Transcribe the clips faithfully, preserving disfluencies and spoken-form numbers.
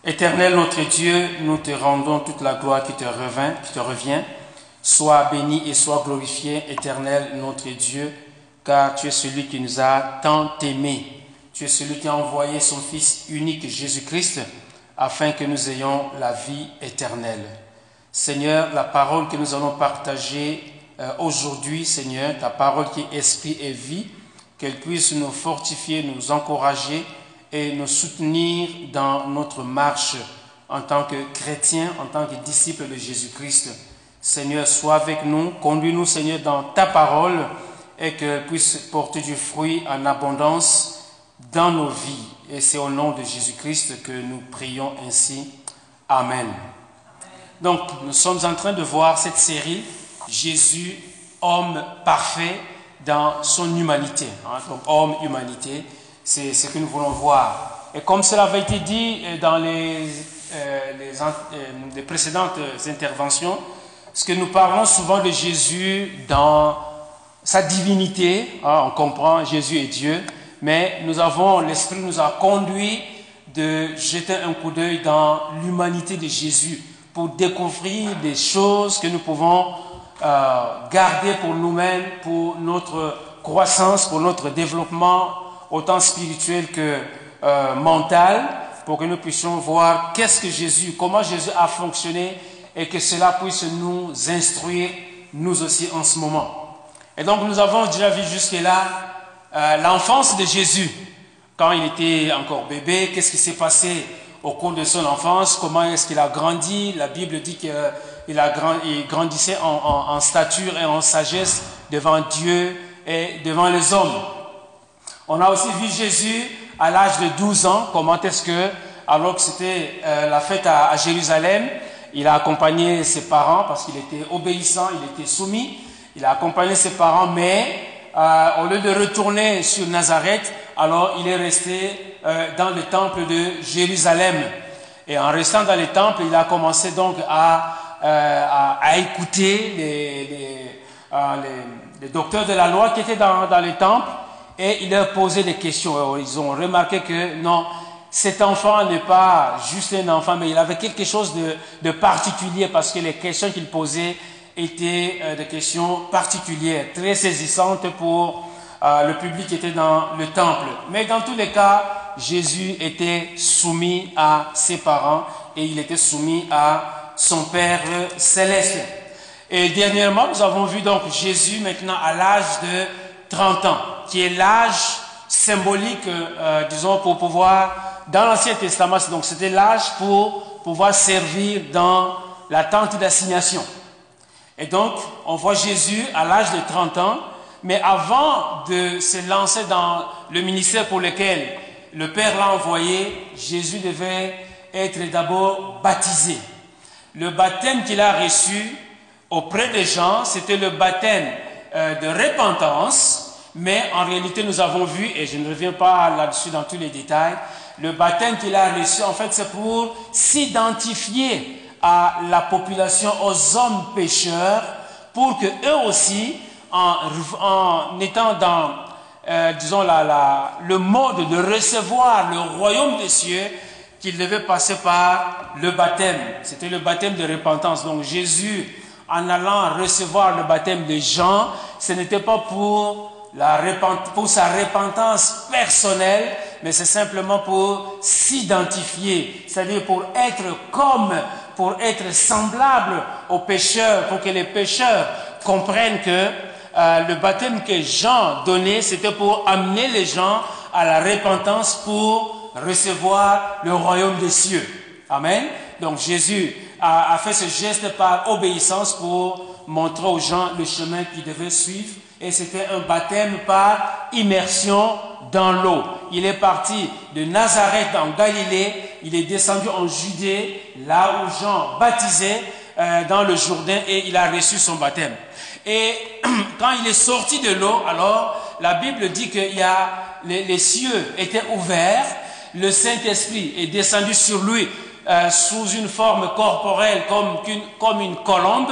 Éternel notre Dieu, nous te rendons toute la gloire qui te revient, qui te revient. Sois béni et sois glorifié, Éternel notre Dieu, car tu es celui qui nous a tant aimés. Tu es celui qui a envoyé son Fils unique Jésus-Christ afin que nous ayons la vie éternelle. Seigneur, la parole que nous allons partager euh, aujourd'hui, Seigneur, ta parole qui est esprit et vie, qu'elle puisse nous fortifier, nous encourager et nous soutenir dans notre marche en tant que chrétiens, en tant que disciples de Jésus-Christ. Seigneur, sois avec nous, conduis-nous, Seigneur, dans ta parole et qu'elle puisse porter du fruit en abondance dans nos vies. Et c'est au nom de Jésus-Christ que nous prions ainsi. Amen. Donc, nous sommes en train de voir cette série, Jésus, homme parfait dans son humanité. Hein, donc, homme, humanité, c'est ce que nous voulons voir. Et comme cela avait été dit dans les, euh, les, euh, les précédentes interventions, ce que nous parlons souvent de Jésus dans sa divinité, hein, on comprend, Jésus est Dieu, mais nous avons, l'Esprit nous a conduit de jeter un coup d'œil dans l'humanité de Jésus pour découvrir des choses que nous pouvons euh, garder pour nous-mêmes, pour notre croissance, pour notre développement, autant spirituel que euh, mental, pour que nous puissions voir qu'est-ce que Jésus, comment Jésus a fonctionné et que cela puisse nous instruire, nous aussi en ce moment. Et donc nous avons déjà vu jusque-là euh, l'enfance de Jésus, quand il était encore bébé, qu'est-ce qui s'est passé au cours de son enfance, comment est-ce qu'il a grandi. La Bible dit qu'il a grand, il grandissait en, en, en stature et en sagesse devant Dieu et devant les hommes. On a aussi vu Jésus à l'âge de douze ans, comment est-ce que, alors que c'était euh, la fête à, à Jérusalem, il a accompagné ses parents parce qu'il était obéissant, il était soumis, il a accompagné ses parents, mais euh, au lieu de retourner sur Nazareth, alors il est resté euh, dans le temple de Jérusalem. Et en restant dans le temple, il a commencé donc à, euh, à, à écouter les, les, euh, les, les docteurs de la loi qui étaient dans, dans le temple, et il leur posait des questions. Ils ont remarqué que non, cet enfant n'est pas juste un enfant, mais il avait quelque chose de, de particulier parce que les questions qu'il posait étaient euh, des questions particulières, très saisissantes pour euh, le public qui était dans le temple. Mais dans tous les cas, Jésus était soumis à ses parents et il était soumis à son Père céleste. Et dernièrement, nous avons vu donc Jésus maintenant à l'âge de trente ans, qui est l'âge symbolique, euh, disons, pour pouvoir, dans l'Ancien Testament, donc c'était l'âge pour pouvoir servir dans la tente d'assignation. Et donc, on voit Jésus à l'âge de trente ans, mais avant de se lancer dans le ministère pour lequel le Père l'a envoyé, Jésus devait être d'abord baptisé. Le baptême qu'il a reçu auprès des gens, c'était le baptême euh, de repentance. Mais en réalité, nous avons vu, et je ne reviens pas là-dessus dans tous les détails, le baptême qu'il a reçu, en fait, c'est pour s'identifier à la population, aux hommes pécheurs, pour que eux aussi, en, en étant dans, euh, disons, la, la, le mode de recevoir le royaume des cieux, qu'ils devaient passer par le baptême. C'était le baptême de repentance. Donc Jésus, en allant recevoir le baptême de Jean, ce n'était pas pour La repent- pour sa repentance personnelle, mais c'est simplement pour s'identifier, c'est-à-dire pour être comme, pour être semblable aux pécheurs, pour que les pécheurs comprennent que euh, le baptême que Jean donnait, c'était pour amener les gens à la repentance pour recevoir le royaume des cieux. Amen. Donc Jésus a, a fait ce geste par obéissance pour montrer aux gens le chemin qu'ils devaient suivre. Et c'était un baptême par immersion dans l'eau. Il est parti de Nazareth en Galilée, il est descendu en Judée, là où Jean baptisait euh, dans le Jourdain, et il a reçu son baptême. Et quand il est sorti de l'eau, alors la Bible dit que il y a, les, les cieux étaient ouverts, le Saint-Esprit est descendu sur lui euh, sous une forme corporelle comme une, comme une colombe,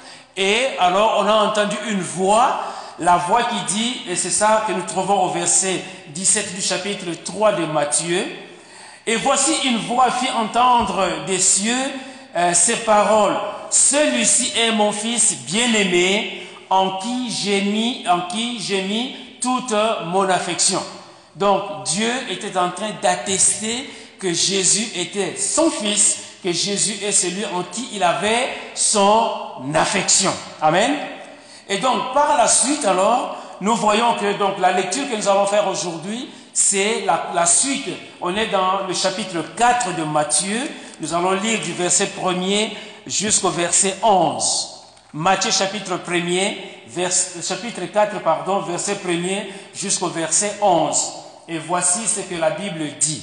et alors on a entendu une voix. La voix qui dit, et c'est ça que nous trouvons au verset dix-sept du chapitre trois de Matthieu, Et voici une voix fit entendre des cieux euh, ces paroles. Celui-ci est mon fils bien-aimé, en qui j'ai mis, en qui j'ai mis toute mon affection. Donc Dieu était en train d'attester que Jésus était son fils, que Jésus est celui en qui il avait son affection. Amen. Et donc par la suite alors, nous voyons que donc la lecture que nous allons faire aujourd'hui, c'est la, la suite. On est dans le chapitre quatre de Matthieu. Nous allons lire du verset premier jusqu'au verset onze. Matthieu chapitre premier, vers, chapitre quatre, pardon, verset premier jusqu'au verset onze. Et voici ce que la Bible dit.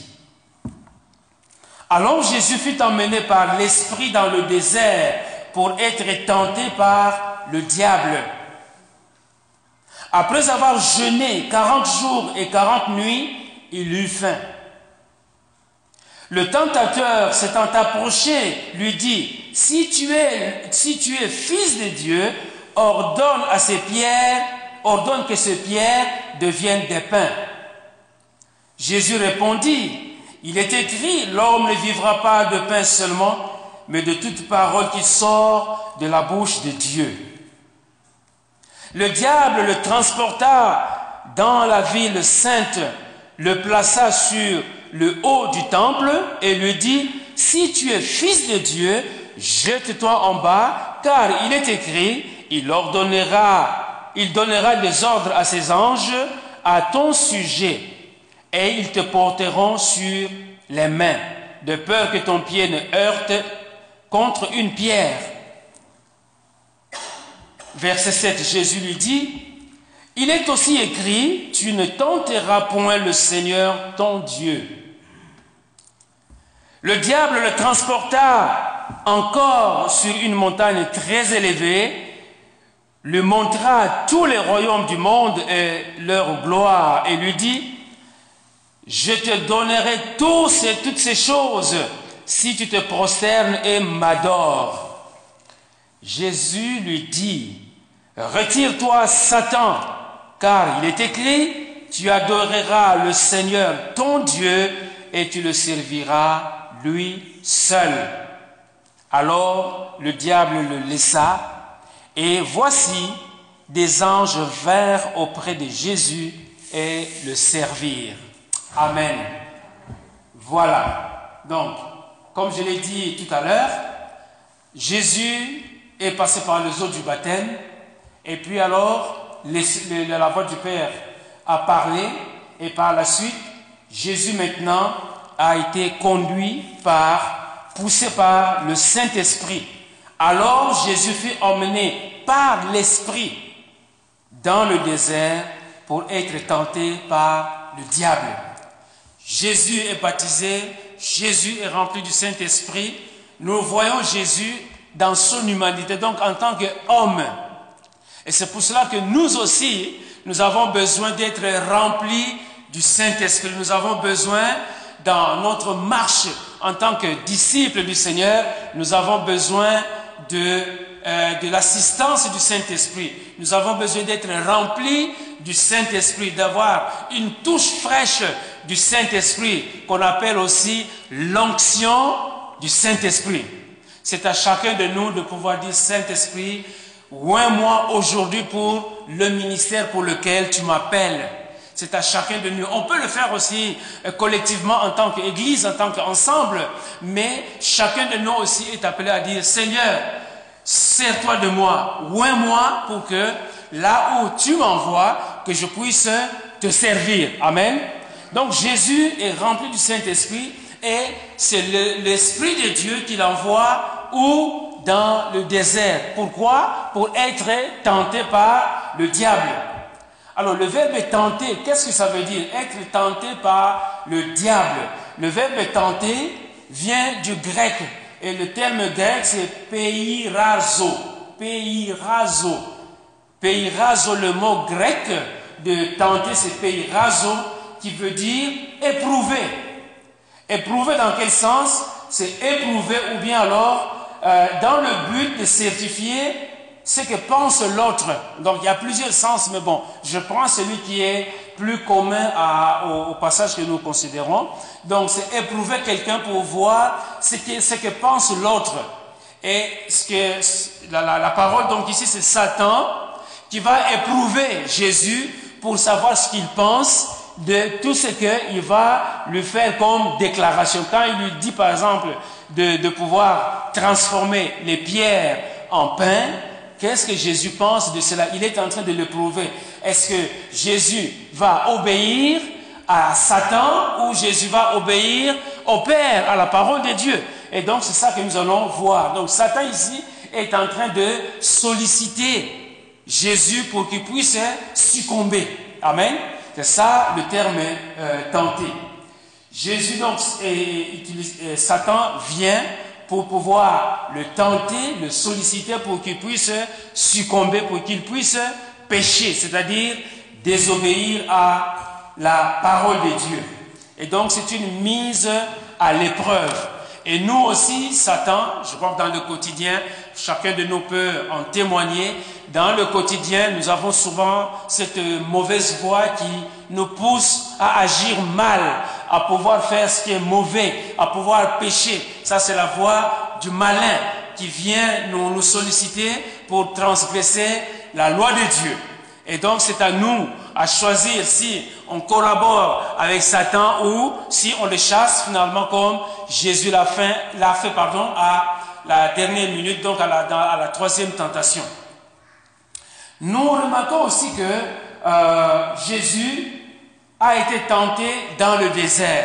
Alors Jésus fut emmené par l'Esprit dans le désert pour être tenté par le diable. Après avoir jeûné quarante jours et quarante nuits, il eut faim. Le tentateur s'étant approché, lui dit, si tu es, si tu es fils de Dieu, ordonne à ces pierres, ordonne que ces pierres deviennent des pains. Jésus répondit, il est écrit, l'homme ne vivra pas de pain seulement, mais de toute parole qui sort de la bouche de Dieu. Le diable le transporta dans la ville sainte, le plaça sur le haut du temple et lui dit, si tu es fils de Dieu, jette-toi en bas, car il est écrit, il ordonnera, il donnera des ordres à ses anges à ton sujet, et ils te porteront sur les mains, de peur que ton pied ne heurte contre une pierre. Verset sept, Jésus lui dit, il est aussi écrit, tu ne tenteras point le Seigneur ton Dieu. Le diable le transporta encore sur une montagne très élevée, lui montra tous les royaumes du monde et leur gloire, et lui dit, je te donnerai tous ces, toutes ces choses si tu te prosternes et m'adores. Jésus lui dit, retire-toi Satan, car il est écrit, tu adoreras le Seigneur ton Dieu et tu le serviras lui seul. Alors le diable le laissa, et voici des anges vinrent auprès de Jésus et le servirent. Amen. Voilà. Donc, comme je l'ai dit tout à l'heure, Jésus est passé par les eaux du baptême, et puis alors, les, les, la voix du Père a parlé, et par la suite, Jésus maintenant a été conduit par, poussé par le Saint-Esprit. Alors Jésus fut emmené par l'Esprit dans le désert pour être tenté par le diable. Jésus est baptisé, Jésus est rempli du Saint-Esprit. Nous voyons Jésus dans son humanité, donc en tant qu'homme. Et c'est pour cela que nous aussi, nous avons besoin d'être remplis du Saint-Esprit. Nous avons besoin, dans notre marche en tant que disciples du Seigneur, nous avons besoin de, euh, de l'assistance du Saint-Esprit. Nous avons besoin d'être remplis du Saint-Esprit, d'avoir une touche fraîche du Saint-Esprit, qu'on appelle aussi l'onction du Saint-Esprit. C'est à chacun de nous de pouvoir dire, Saint-Esprit, oins-moi aujourd'hui pour le ministère pour lequel tu m'appelles. C'est à chacun de nous. On peut le faire aussi euh, collectivement en tant qu'Église, en tant qu'ensemble, mais chacun de nous aussi est appelé à dire, Seigneur, sers-toi de moi, oins-moi pour que là où tu m'envoies, que je puisse te servir. Amen. Donc Jésus est rempli du Saint-Esprit et c'est le, l'Esprit de Dieu qui l'envoie où? Dans le désert. Pourquoi? Pour être tenté par le diable. Alors le verbe tenter, qu'est-ce que ça veut dire? Être tenté par le diable. Le verbe tenter vient du grec et le terme grec c'est peirazo. Peirazo. Peirazo, le mot grec de tenter c'est peirazo qui veut dire éprouver. Éprouver dans quel sens? C'est éprouver ou bien alors euh, dans le but de certifier ce que pense l'autre. Donc il y a plusieurs sens, mais bon, je prends celui qui est plus commun à, au, au passage que nous considérons. Donc, c'est éprouver quelqu'un pour voir ce que, ce que pense l'autre. Et ce que, la, la, la parole, donc ici, c'est Satan qui va éprouver Jésus pour savoir ce qu'il pense de tout ce qu'il va lui faire comme déclaration. Quand il lui dit, par exemple, de, de pouvoir transformer les pierres en pain, qu'est-ce que Jésus pense de cela? Il est en train de le prouver. Est-ce que Jésus va obéir à Satan ou Jésus va obéir au Père, à la parole de Dieu? Et donc, c'est ça que nous allons voir. Donc, Satan ici est en train de solliciter Jésus pour qu'il puisse succomber. Amen. C'est ça le terme euh, tenter. Jésus, donc, est, utilise, euh, Satan vient pour pouvoir le tenter, le solliciter pour qu'il puisse succomber, pour qu'il puisse pécher, c'est-à-dire désobéir à la parole de Dieu. Et donc, c'est une mise à l'épreuve. Et nous aussi, Satan, je crois que dans le quotidien, chacun de nous peut en témoigner. Dans le quotidien, nous avons souvent cette mauvaise voie qui nous pousse à agir mal, à pouvoir faire ce qui est mauvais, à pouvoir pécher. Ça, c'est la voie du malin qui vient nous, nous solliciter pour transgresser la loi de Dieu. Et donc, c'est à nous à choisir si on collabore avec Satan ou si on le chasse finalement comme Jésus l'a fait, l'a fait pardon, à la dernière minute, donc à la, dans, à la troisième tentation. Nous remarquons aussi que euh, Jésus a été tenté dans le désert.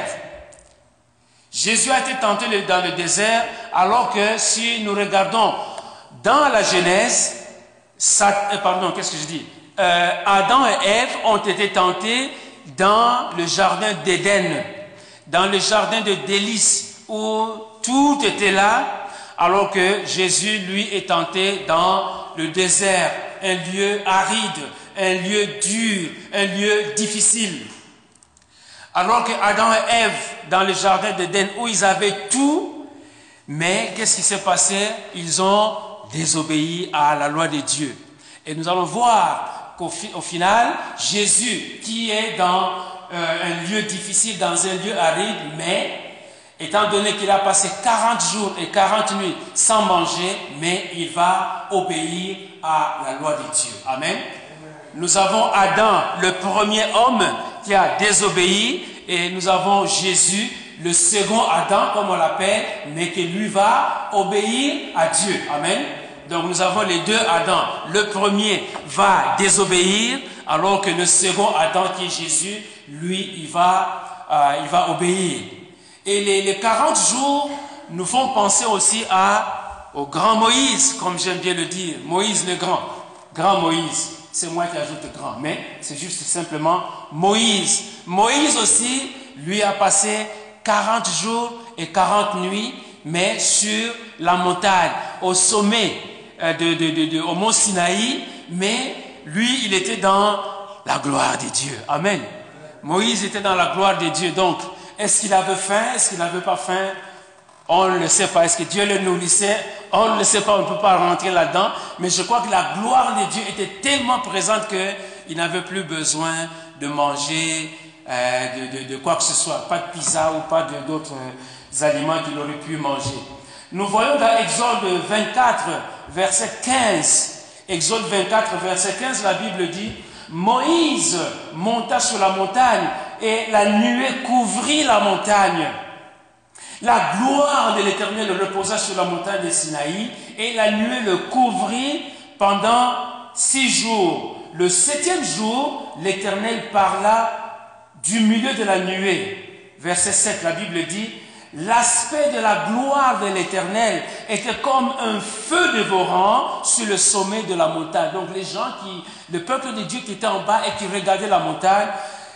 Jésus a été tenté dans le désert, alors que si nous regardons dans la Genèse, ça, euh, pardon, qu'est-ce que je dis euh, Adam et Ève ont été tentés dans le jardin d'Éden, dans le jardin de délices, où tout était là, alors que Jésus, lui, est tenté dans le désert, un lieu aride, un lieu dur, un lieu difficile. Alors que Adam et Ève, dans le jardin d'Éden, où ils avaient tout, mais qu'est-ce qui s'est passé? Ils ont désobéi à la loi de Dieu. Et nous allons voir qu'au fi au final, Jésus, qui est dans euh, un lieu difficile, dans un lieu aride, mais étant donné qu'il a passé quarante jours et quarante nuits sans manger, mais il va obéir à la loi de Dieu. Amen. Nous avons Adam, le premier homme qui a désobéi, et nous avons Jésus, le second Adam, comme on l'appelle, mais qui lui va obéir à Dieu. Amen. Donc nous avons les deux Adam. Le premier va désobéir, alors que le second Adam, qui est Jésus, lui, il va, euh, il va obéir. Et les, les quarante jours nous font penser aussi à, au grand Moïse, comme j'aime bien le dire. Moïse le grand. Grand Moïse. C'est moi qui ajoute grand, mais c'est juste simplement Moïse. Moïse aussi, lui a passé quarante jours et quarante nuits, mais sur la montagne, au sommet de, de, de, de, au mont Sinaï, mais lui, il était dans la gloire de Dieu. Amen. Moïse était dans la gloire de Dieu. Donc, est-ce qu'il avait faim? Est-ce qu'il n'avait pas faim? On ne le sait pas. Est-ce que Dieu le nourrissait? On ne le sait pas, on ne peut pas rentrer là-dedans. Mais je crois que la gloire de Dieu était tellement présente qu'il n'avait plus besoin de manger euh, de, de, de quoi que ce soit. Pas de pizza ou pas d'autres aliments qu'il aurait pu manger. Nous voyons dans Exode vingt-quatre, verset quinze. Exode vingt-quatre, verset quinze, la Bible dit: Moïse monta sur la montagne et la nuée couvrit la montagne. La gloire de l'Éternel reposa sur la montagne de Sinaï et la nuée le couvrit pendant six jours. Le septième jour, l'Éternel parla du milieu de la nuée. Verset sept, la Bible dit: l'aspect de la gloire de l'Éternel était comme un feu dévorant sur le sommet de la montagne. Donc les gens qui, le peuple de Dieu qui était en bas et qui regardait la montagne,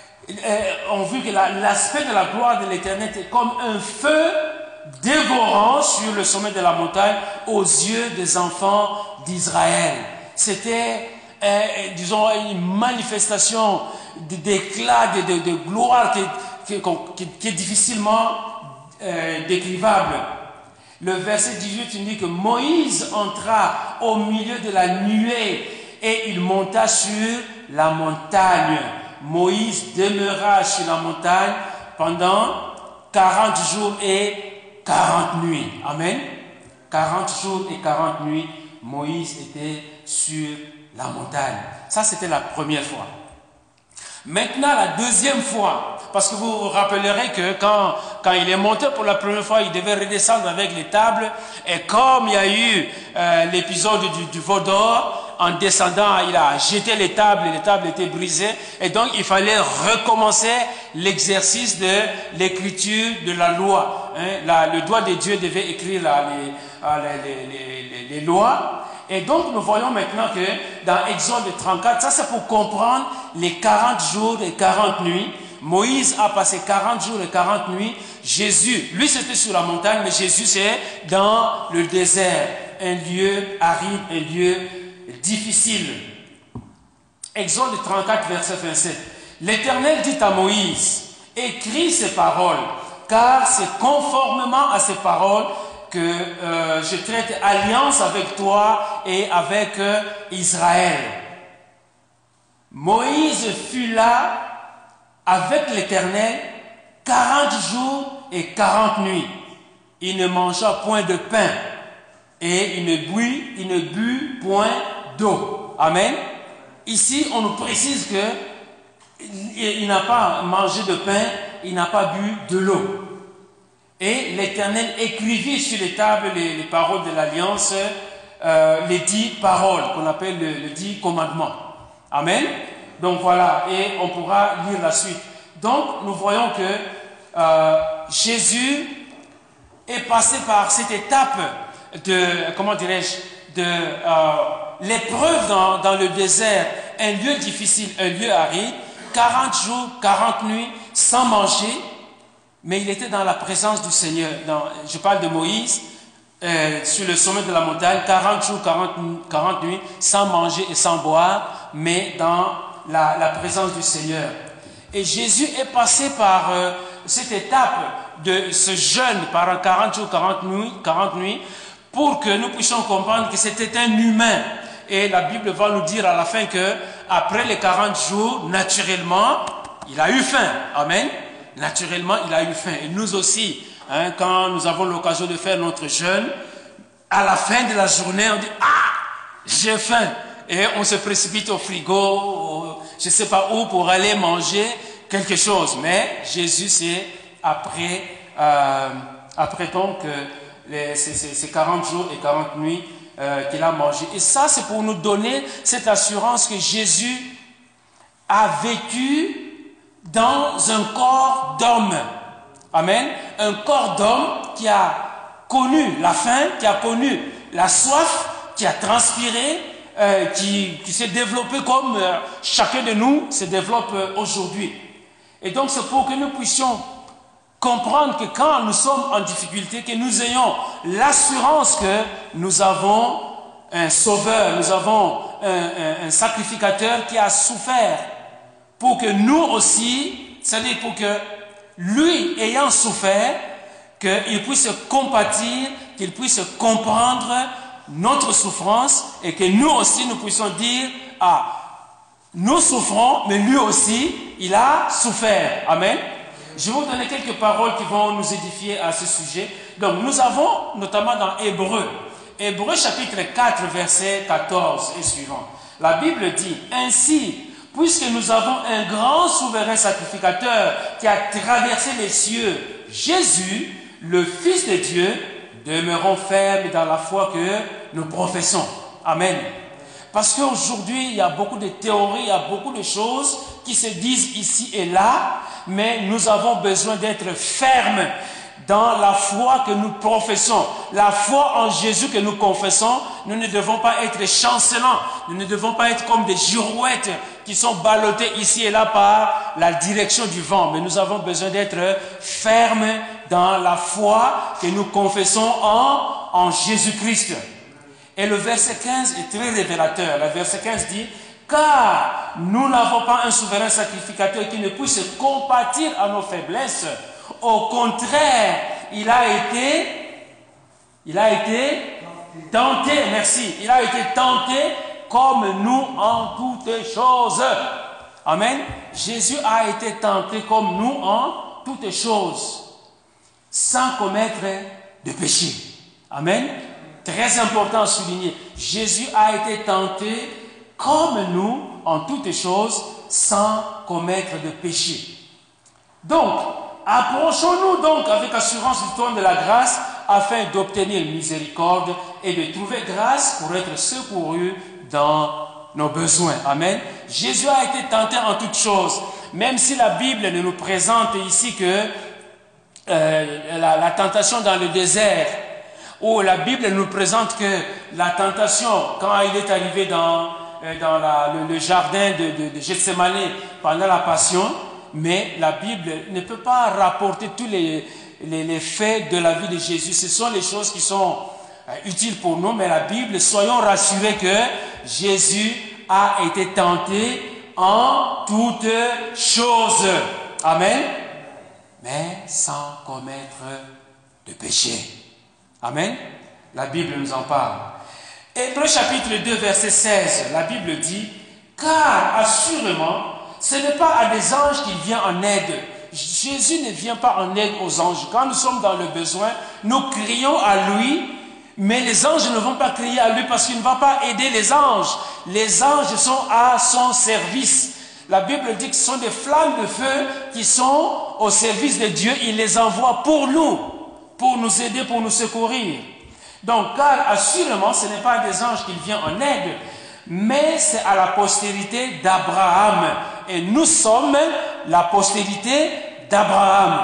ont vu que l'aspect de la gloire de l'Éternel était comme un feu dévorant sur le sommet de la montagne aux yeux des enfants d'Israël. C'était, euh, disons, une manifestation d'éclat, de, de, de gloire qui, qui, qui est difficilement euh, décrivable. Le verset dix-huit dit que Moïse entra au milieu de la nuée et il monta sur la montagne. Moïse demeura sur la montagne pendant quarante jours et quarante nuits. Amen. quarante jours et quarante nuits, Moïse était sur la montagne. Ça, c'était la première fois. Maintenant, la deuxième fois, parce que vous vous rappellerez que quand, quand il est monté pour la première fois, il devait redescendre avec les tables. Et comme il y a eu euh, l'épisode du, du veau d'or, en descendant, il a jeté les tables et les tables étaient brisées. Et donc, il fallait recommencer l'exercice de l'écriture de la loi. Hein. La, le doigt de Dieu devait écrire la, les, les, les, les, les lois. Et donc, nous voyons maintenant que dans Exode trente-quatre, ça c'est pour comprendre les quarante jours et quarante nuits. Moïse a passé quarante jours et quarante nuits. Jésus, lui c'était sur la montagne, mais Jésus c'est dans le désert, un lieu aride, un lieu difficile. Exode trente-quatre, verset vingt-sept. L'Éternel dit à Moïse, écris ces paroles, car c'est conformément à ces paroles que euh, je traite alliance avec toi et avec euh, Israël. Moïse fut là avec l'Éternel quarante jours et quarante nuits. Il ne mangea point de pain et il ne but, il ne but point d'eau. Amen. Ici, on nous précise que il, il n'a pas mangé de pain, il n'a pas bu de l'eau. Et l'Éternel écrivit sur les tables les, les paroles de l'Alliance, euh, les dix paroles qu'on appelle le, le dix commandements. Amen. Donc voilà, et on pourra lire la suite. Donc nous voyons que euh, Jésus est passé par cette étape de, comment dirais-je, de euh, l'épreuve dans, dans le désert, un lieu difficile, un lieu aride, quarante jours, quarante nuits, sans manger. Mais il était dans la présence du Seigneur. Dans, je parle de Moïse, euh, sur le sommet de la montagne, quarante jours, quarante, quarante nuits, sans manger et sans boire, mais dans la, la présence du Seigneur. Et Jésus est passé par euh, cette étape de ce jeûne pendant quarante jours, quarante nuits, quarante nuits, pour que nous puissions comprendre que c'était un humain. Et la Bible va nous dire à la fin que après les quarante jours, naturellement, il a eu faim. Amen. Naturellement, il a eu faim. Et nous aussi, hein, quand nous avons l'occasion de faire notre jeûne, à la fin de la journée, on dit « Ah, j'ai faim !» Et on se précipite au frigo, je ne sais pas où, pour aller manger quelque chose. Mais Jésus, c'est après, euh, après donc les, ces, ces quarante jours et quarante nuits euh, qu'il a mangé. Et ça, c'est pour nous donner cette assurance que Jésus a vécu dans un corps d'homme. Amen. Un corps d'homme qui a connu la faim, qui a connu la soif, qui a transpiré, euh, qui, qui s'est développé comme euh, chacun de nous se développe euh, aujourd'hui. Et donc c'est pour que nous puissions comprendre que quand nous sommes en difficulté, que nous ayons l'assurance que nous avons un sauveur, nous avons un, un, un sacrificateur qui a souffert, pour que nous aussi, c'est-à-dire pour que lui, ayant souffert, qu'il puisse compatir, qu'il puisse comprendre notre souffrance et que nous aussi, nous puissions dire, ah, nous souffrons, mais lui aussi, il a souffert. Amen. Je vais vous donner quelques paroles qui vont nous édifier à ce sujet. Donc, nous avons, notamment dans Hébreux, Hébreux chapitre quatre, verset quatorze et suivant. La Bible dit, ainsi, puisque nous avons un grand souverain sacrificateur qui a traversé les cieux, Jésus, le Fils de Dieu, demeurons fermes dans la foi que nous professons. Amen. Parce qu'aujourd'hui, il y a beaucoup de théories, il y a beaucoup de choses qui se disent ici et là, mais nous avons besoin d'être fermes dans la foi que nous professons, la foi en Jésus que nous confessons. Nous ne devons pas être chancelants, nous ne devons pas être comme des girouettes qui sont ballottées ici et là par la direction du vent, mais nous avons besoin d'être fermes dans la foi que nous confessons en, en Jésus-Christ. Et le verset quinze est très révélateur. Le verset quinze dit, car nous n'avons pas un souverain sacrificateur qui ne puisse compatir à nos faiblesses. Au contraire, il a été, il a été tenté, merci, il a été tenté comme nous en toutes choses. Amen. Jésus a été tenté comme nous en toutes choses, sans commettre de péché. Amen. Très important à souligner. Jésus a été tenté comme nous en toutes choses, sans commettre de péché. Donc, approchons-nous donc avec assurance du trône de la grâce afin d'obtenir miséricorde et de trouver grâce pour être secouru dans nos besoins. Amen. Jésus a été tenté en toutes choses, même si la Bible ne nous présente ici que euh, la, la tentation dans le désert, où la Bible nous présente que la tentation, quand il est arrivé dans, euh, dans la, le, le jardin de, de, de Gethsemane pendant la Passion, mais la Bible ne peut pas rapporter tous les, les, les faits de la vie de Jésus. Ce sont les choses qui sont euh, utiles pour nous, mais la Bible, soyons rassurés que Jésus a été tenté en toutes choses. Amen. Mais sans commettre de péché. Amen. La Bible nous en parle. Hébreux chapitre deux, verset seize, la Bible dit, « Car assurément, ce n'est pas à des anges qu'il vient en aide. » Jésus ne vient pas en aide aux anges. Quand nous sommes dans le besoin, nous crions à lui, mais les anges ne vont pas crier à lui parce qu'il ne va pas aider les anges. Les anges sont à son service. La Bible dit que ce sont des flammes de feu qui sont au service de Dieu. Il les envoie pour nous, pour nous aider, pour nous secourir. Donc, car assurément, ce n'est pas à des anges qu'il vient en aide, mais c'est à la postérité d'Abraham. Et nous sommes la postérité d'Abraham.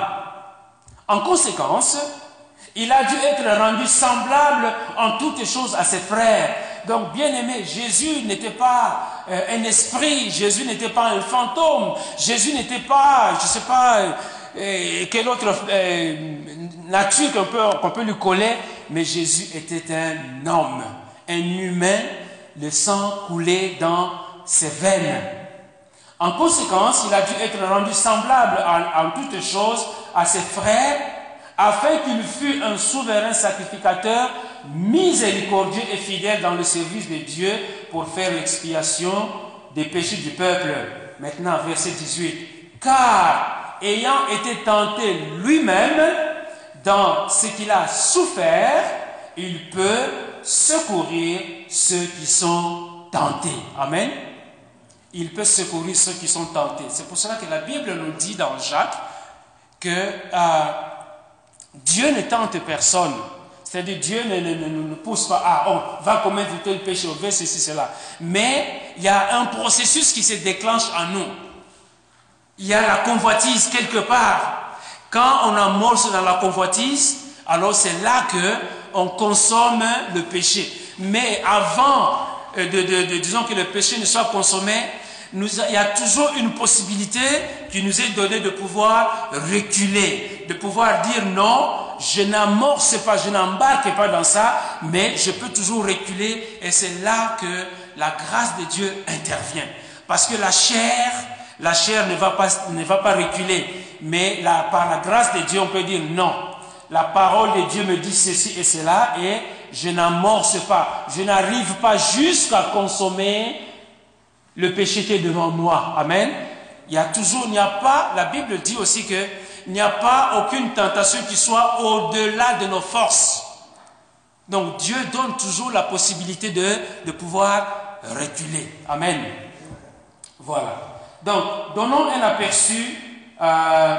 En conséquence, il a dû être rendu semblable en toutes choses à ses frères. Donc, bien aimé, Jésus n'était pas euh, un esprit, Jésus n'était pas un fantôme, Jésus n'était pas, je ne sais pas, euh, quelle autre euh, nature qu'on peut, qu'on peut lui coller, mais Jésus était un homme, un humain, le sang coulait dans ses veines. En conséquence, il a dû être rendu semblable en, en toutes choses à ses frères, afin qu'il fût un souverain sacrificateur miséricordieux et fidèle dans le service de Dieu pour faire l'expiation des péchés du peuple. Maintenant, verset dix-huit. Car, ayant été tenté lui-même dans ce qu'il a souffert, il peut secourir ceux qui sont tentés. Amen. Il peut secourir ceux qui sont tentés. C'est pour cela que la Bible nous dit dans Jacques que euh, Dieu ne tente personne. C'est-à-dire Dieu ne, ne, ne, ne pousse pas à on va commettre tel péché, on veut ceci, cela. Mais il y a un processus qui se déclenche en nous. Il y a la convoitise quelque part. Quand on amorce dans la convoitise, alors c'est là que on consomme le péché. Mais avant de, de, de disons que le péché ne soit consommé, nous, il y a toujours une possibilité qui nous est donnée de pouvoir reculer, de pouvoir dire non, je n'amorce pas, je n'embarque pas dans ça, mais je peux toujours reculer et c'est là que la grâce de Dieu intervient. Parce que la chair, la chair ne va pas, ne va pas reculer, mais la, par la grâce de Dieu, on peut dire non. La parole de Dieu me dit ceci et cela et je n'amorce pas, je n'arrive pas jusqu'à consommer le péché qui est devant moi. Amen. Il y a toujours, il n'y a pas, la Bible dit aussi que il n'y a pas aucune tentation qui soit au-delà de nos forces. Donc Dieu donne toujours la possibilité de, de pouvoir reculer. Amen. Voilà. Donc, donnons un aperçu euh,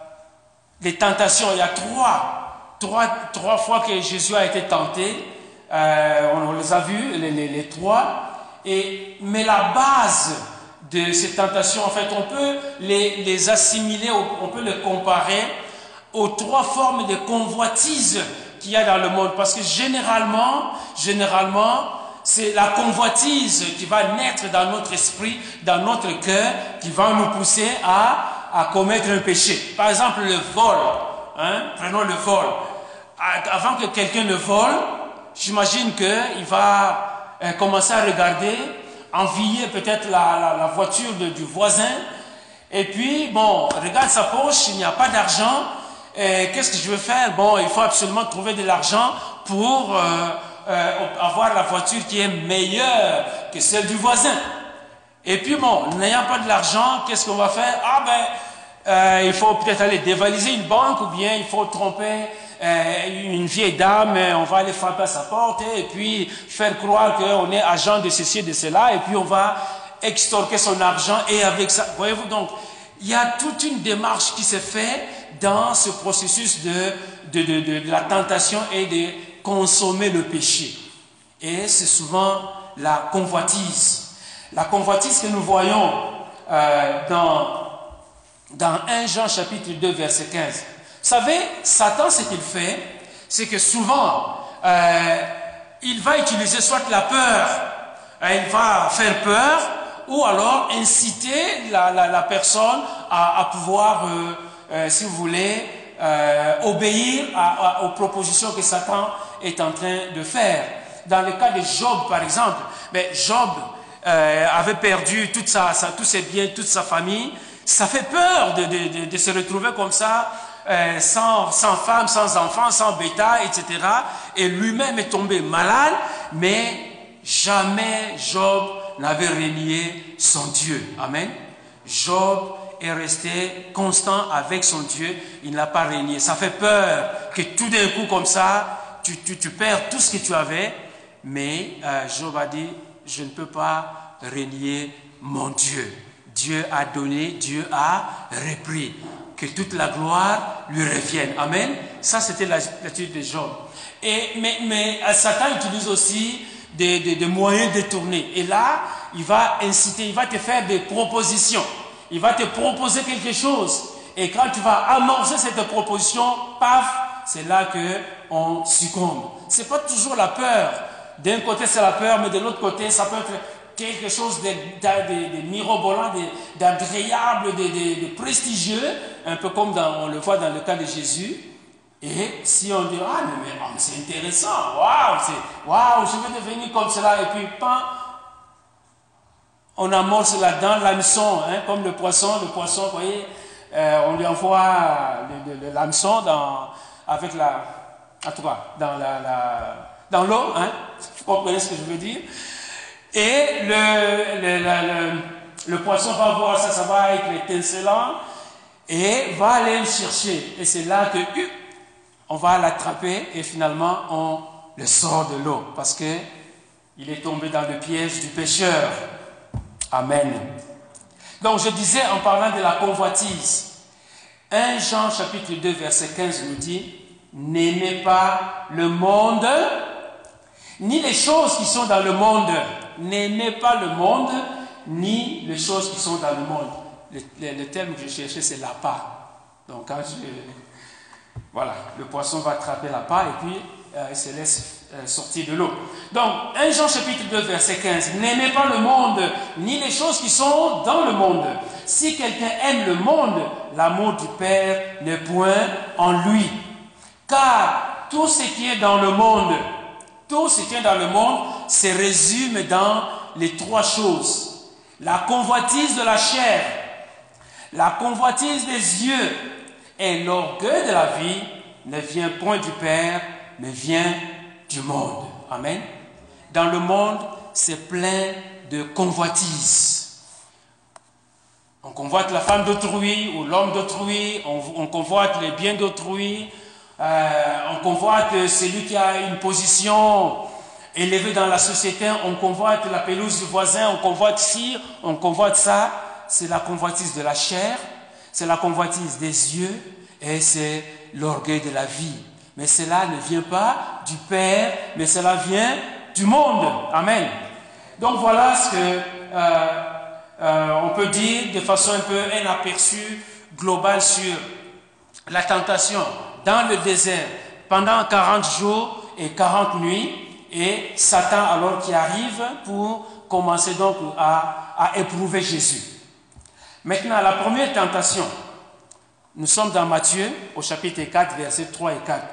des tentations. Il y a trois, trois, trois fois que Jésus a été tenté. Euh, on, on les a vus, les, les, les trois. Et, mais la base de ces tentations, en fait, on peut les, les assimiler, on peut les comparer aux trois formes de convoitise qu'il y a dans le monde. Parce que généralement, généralement, c'est la convoitise qui va naître dans notre esprit, dans notre cœur, qui va nous pousser à, à commettre un péché. Par exemple, le vol. Hein? Prenons le vol. Avant que quelqu'un ne vole, j'imagine qu'il va euh, commencer à regarder, envier peut-être la, la, la voiture de, du voisin. Et puis, bon, regarde sa poche, il n'y a pas d'argent. Qu'est-ce que je veux faire? Bon, il faut absolument trouver de l'argent pour euh, euh, avoir la voiture qui est meilleure que celle du voisin. Et puis bon, n'ayant pas de l'argent, qu'est-ce qu'on va faire? Ah ben, euh, il faut peut-être aller dévaliser une banque, ou bien il faut tromper euh, une vieille dame, on va aller frapper à sa porte, et puis faire croire qu'on est agent de ceci et de cela, et puis on va extorquer son argent, et avec ça, voyez-vous, donc, il y a toute une démarche qui se fait dans ce processus de, de, de, de, de la tentation et de consommer le péché. Et c'est souvent la convoitise. La convoitise que nous voyons euh, dans, dans premier Jean chapitre deux verset quinze. Vous savez, Satan, ce qu'il fait, c'est que souvent, euh, il va utiliser soit la peur, euh, il va faire peur, ou alors inciter la, la, la personne à, à pouvoir, euh, euh, si vous voulez, euh, obéir à, à, aux propositions que Satan est en train de faire. Dans le cas de Job, par exemple, mais Job euh, avait perdu toute sa, sa, tous ses biens, toute sa famille. Ça fait peur de, de, de, de se retrouver comme ça, euh, sans, sans femme, sans enfant, sans bétail, et cetera. Et lui-même est tombé malade, mais jamais Job n'avait renié son Dieu. Amen. Job est resté constant avec son Dieu. Il n'a pas renié. Ça fait peur que tout d'un coup comme ça, tu, tu, tu perds tout ce que tu avais. Mais euh, Job a dit, je ne peux pas renier mon Dieu. Dieu a donné, Dieu a repris. Que toute la gloire lui revienne. Amen. Ça, c'était l'attitude de Job. Et, mais, mais Satan utilise aussi des, des, des moyens détournés. Et là, il va inciter, il va te faire des propositions. Il va te proposer quelque chose. Et quand tu vas amorcer cette proposition, paf, c'est là qu'on succombe. Ce n'est pas toujours la peur. D'un côté, c'est la peur, mais de l'autre côté, ça peut être quelque chose de, de, de, de mirobolant, d'agréable, de, de, de prestigieux, un peu comme dans, on le voit dans le cas de Jésus. Et si on dit, ah, mais, mais oh, c'est intéressant, waouh, waouh, je veux devenir comme cela, et puis, pan, on amorce là-dedans l'hameçon, hein, comme le poisson, le poisson, vous voyez, euh, on lui envoie le, le, le l'hameçon dans, avec la, en tout cas, dans la, la dans l'eau, hein, vous comprenez ce que je veux dire? Et le, le, le, le, le poisson va voir ça, ça va être étincelant, et va aller le chercher. Et c'est là que, uh, on va l'attraper, et finalement, on le sort de l'eau, parce que il est tombé dans le piège du pécheur. Amen. Donc, je disais, en parlant de la convoitise, premier Jean chapitre deux, verset quinze nous dit, n'aimez pas le monde, ni les choses qui sont dans le monde. N'aimez pas le monde, ni les choses qui sont dans le monde. Le, le, le terme que je cherchais, c'est l'appât. Donc, quand je... Voilà, le poisson va attraper l'appât et puis euh, il se laisse euh, sortir de l'eau. Donc, premier Jean chapitre deux, verset quinze. N'aimez pas le monde, ni les choses qui sont dans le monde. Si quelqu'un aime le monde, l'amour du Père n'est point en lui. Car tout ce qui est dans le monde, tout ce qui est dans le monde se résume dans les trois choses. La convoitise de la chair, la convoitise des yeux et l'orgueil de la vie ne vient point du Père, mais vient du monde. Amen. Dans le monde, c'est plein de convoitises. On convoite la femme d'autrui ou l'homme d'autrui, on, on convoite les biens d'autrui, euh, on convoite celui qui a une position élevée dans la société, on convoite la pelouse du voisin, on convoite ci, on convoite ça. C'est la convoitise de la chair, c'est la convoitise des yeux et c'est l'orgueil de la vie. Mais cela ne vient pas du Père, mais cela vient du monde. Amen. Donc voilà ce que euh, euh, on peut dire de façon un peu un aperçu global sur la tentation dans le désert pendant quarante jours et quarante nuits, et Satan alors qui arrive pour commencer donc à, à éprouver Jésus. Maintenant, la première tentation, nous sommes dans Matthieu au chapitre quatre, versets trois et quatre.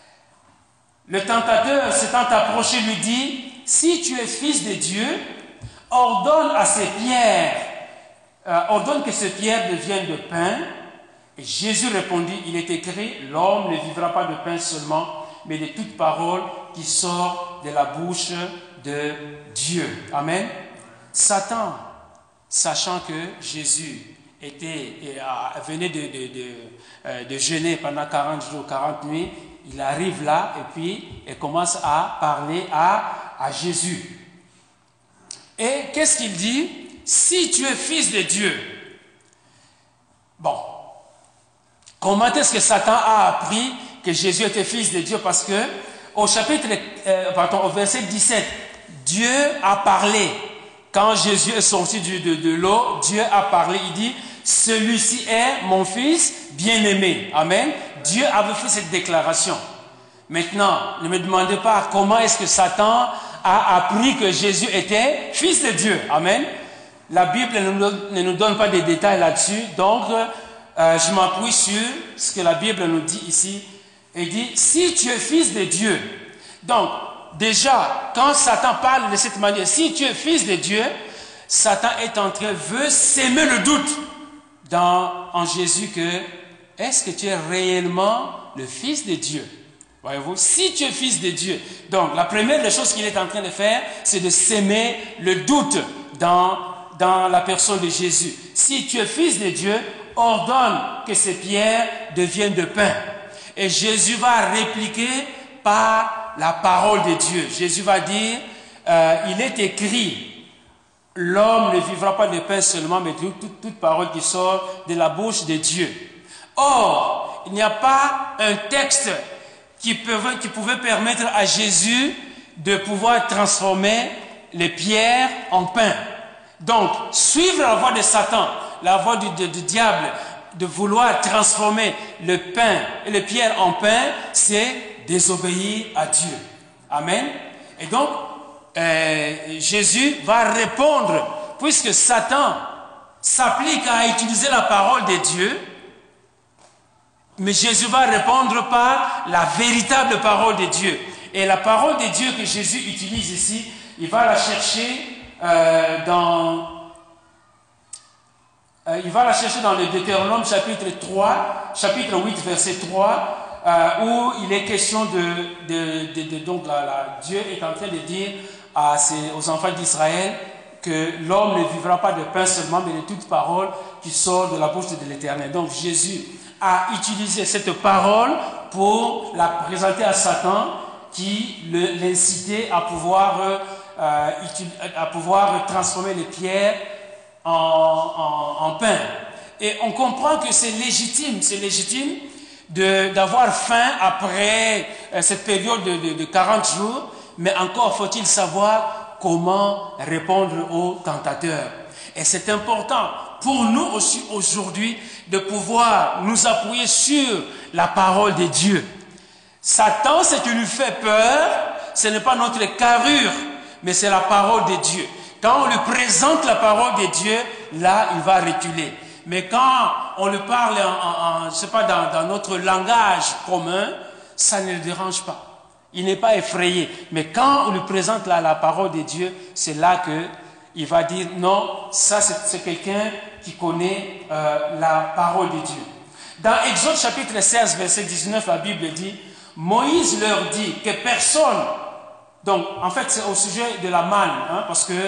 Le tentateur s'étant approché lui dit, si tu es fils de Dieu, ordonne à ces pierres, euh, ordonne que ces pierres deviennent de pain. Et Jésus répondit, il est écrit, l'homme ne vivra pas de pain seulement, mais de toute parole qui sort de la bouche de Dieu. Amen. Satan, sachant que Jésus était, et, a, venait de, de, de, euh, de jeûner pendant quarante jours, quarante nuits, il arrive là et puis il commence à parler à, à Jésus. Et qu'est-ce qu'il dit? Si tu es fils de Dieu. Bon, comment est-ce que Satan a appris que Jésus était fils de Dieu? Parce que au chapitre, euh, pardon, au verset dix-sept, Dieu a parlé. Quand Jésus est sorti du, de, de l'eau, Dieu a parlé. Il dit, celui-ci est mon fils bien-aimé. Amen. Dieu avait fait cette déclaration. Maintenant, ne me demandez pas comment est-ce que Satan a appris que Jésus était fils de Dieu. Amen. La Bible ne nous donne pas de détails là-dessus. Donc, euh, je m'appuie sur ce que la Bible nous dit ici. Il dit, si tu es fils de Dieu. Donc, déjà, quand Satan parle de cette manière, si tu es fils de Dieu, Satan est en train, veut s'aimer le doute dans, en Jésus que, est-ce que tu es réellement le fils de Dieu? Voyez-vous, si tu es fils de Dieu. Donc, la première des choses qu'il est en train de faire, c'est de s'aimer le doute dans, dans la personne de Jésus. Si tu es fils de Dieu, ordonne que ces pierres deviennent de pain. Et Jésus va répliquer par la parole de Dieu. Jésus va dire, euh, il est écrit, l'homme ne vivra pas de pain seulement, mais de toute, toute parole qui sort de la bouche de Dieu. Or, il n'y a pas un texte qui pouvait, qui pouvait permettre à Jésus de pouvoir transformer les pierres en pain. Donc, suivre la voie de Satan, la voie du, du, du diable, de vouloir transformer le pain et les pierres en pain, c'est désobéir à Dieu. Amen. Et donc, euh, Jésus va répondre, puisque Satan s'applique à utiliser la parole de Dieu, mais Jésus va répondre par la véritable parole de Dieu. Et la parole de Dieu que Jésus utilise ici, il va la chercher euh, dans... Euh, il va la chercher dans le Deutéronome chapitre trois, chapitre huit, verset trois, euh, où il est question de... de, de, de donc la, la, Dieu est en train de dire à ses, aux enfants d'Israël que l'homme ne vivra pas de pain seulement, mais de toute parole qui sort de la bouche de l'Éternel. Donc Jésus a utilisé cette parole pour la présenter à Satan, qui l'incitait à pouvoir, euh, à pouvoir transformer les pierres en, en, en pain. Et on comprend que c'est légitime, c'est légitime d'avoir faim après euh, cette période de, de, de quarante jours, mais encore faut-il savoir comment répondre aux tentateurs. Et c'est important pour nous aussi aujourd'hui de pouvoir nous appuyer sur la parole de Dieu. Satan, ce qui lui fait peur, ce n'est pas notre carrure, mais c'est la parole de Dieu. Quand on lui présente la parole de Dieu, là, il va reculer. Mais quand on lui parle, en, en, je sais pas, dans, dans notre langage commun, ça ne le dérange pas. Il n'est pas effrayé. Mais quand on lui présente la, la parole de Dieu, c'est là que il va dire non, ça c'est quelqu'un qui connaît euh, la parole de Dieu. Dans Exode chapitre seize, verset dix-neuf, la Bible dit, Moïse leur dit que personne, donc en fait c'est au sujet de la manne, hein, parce que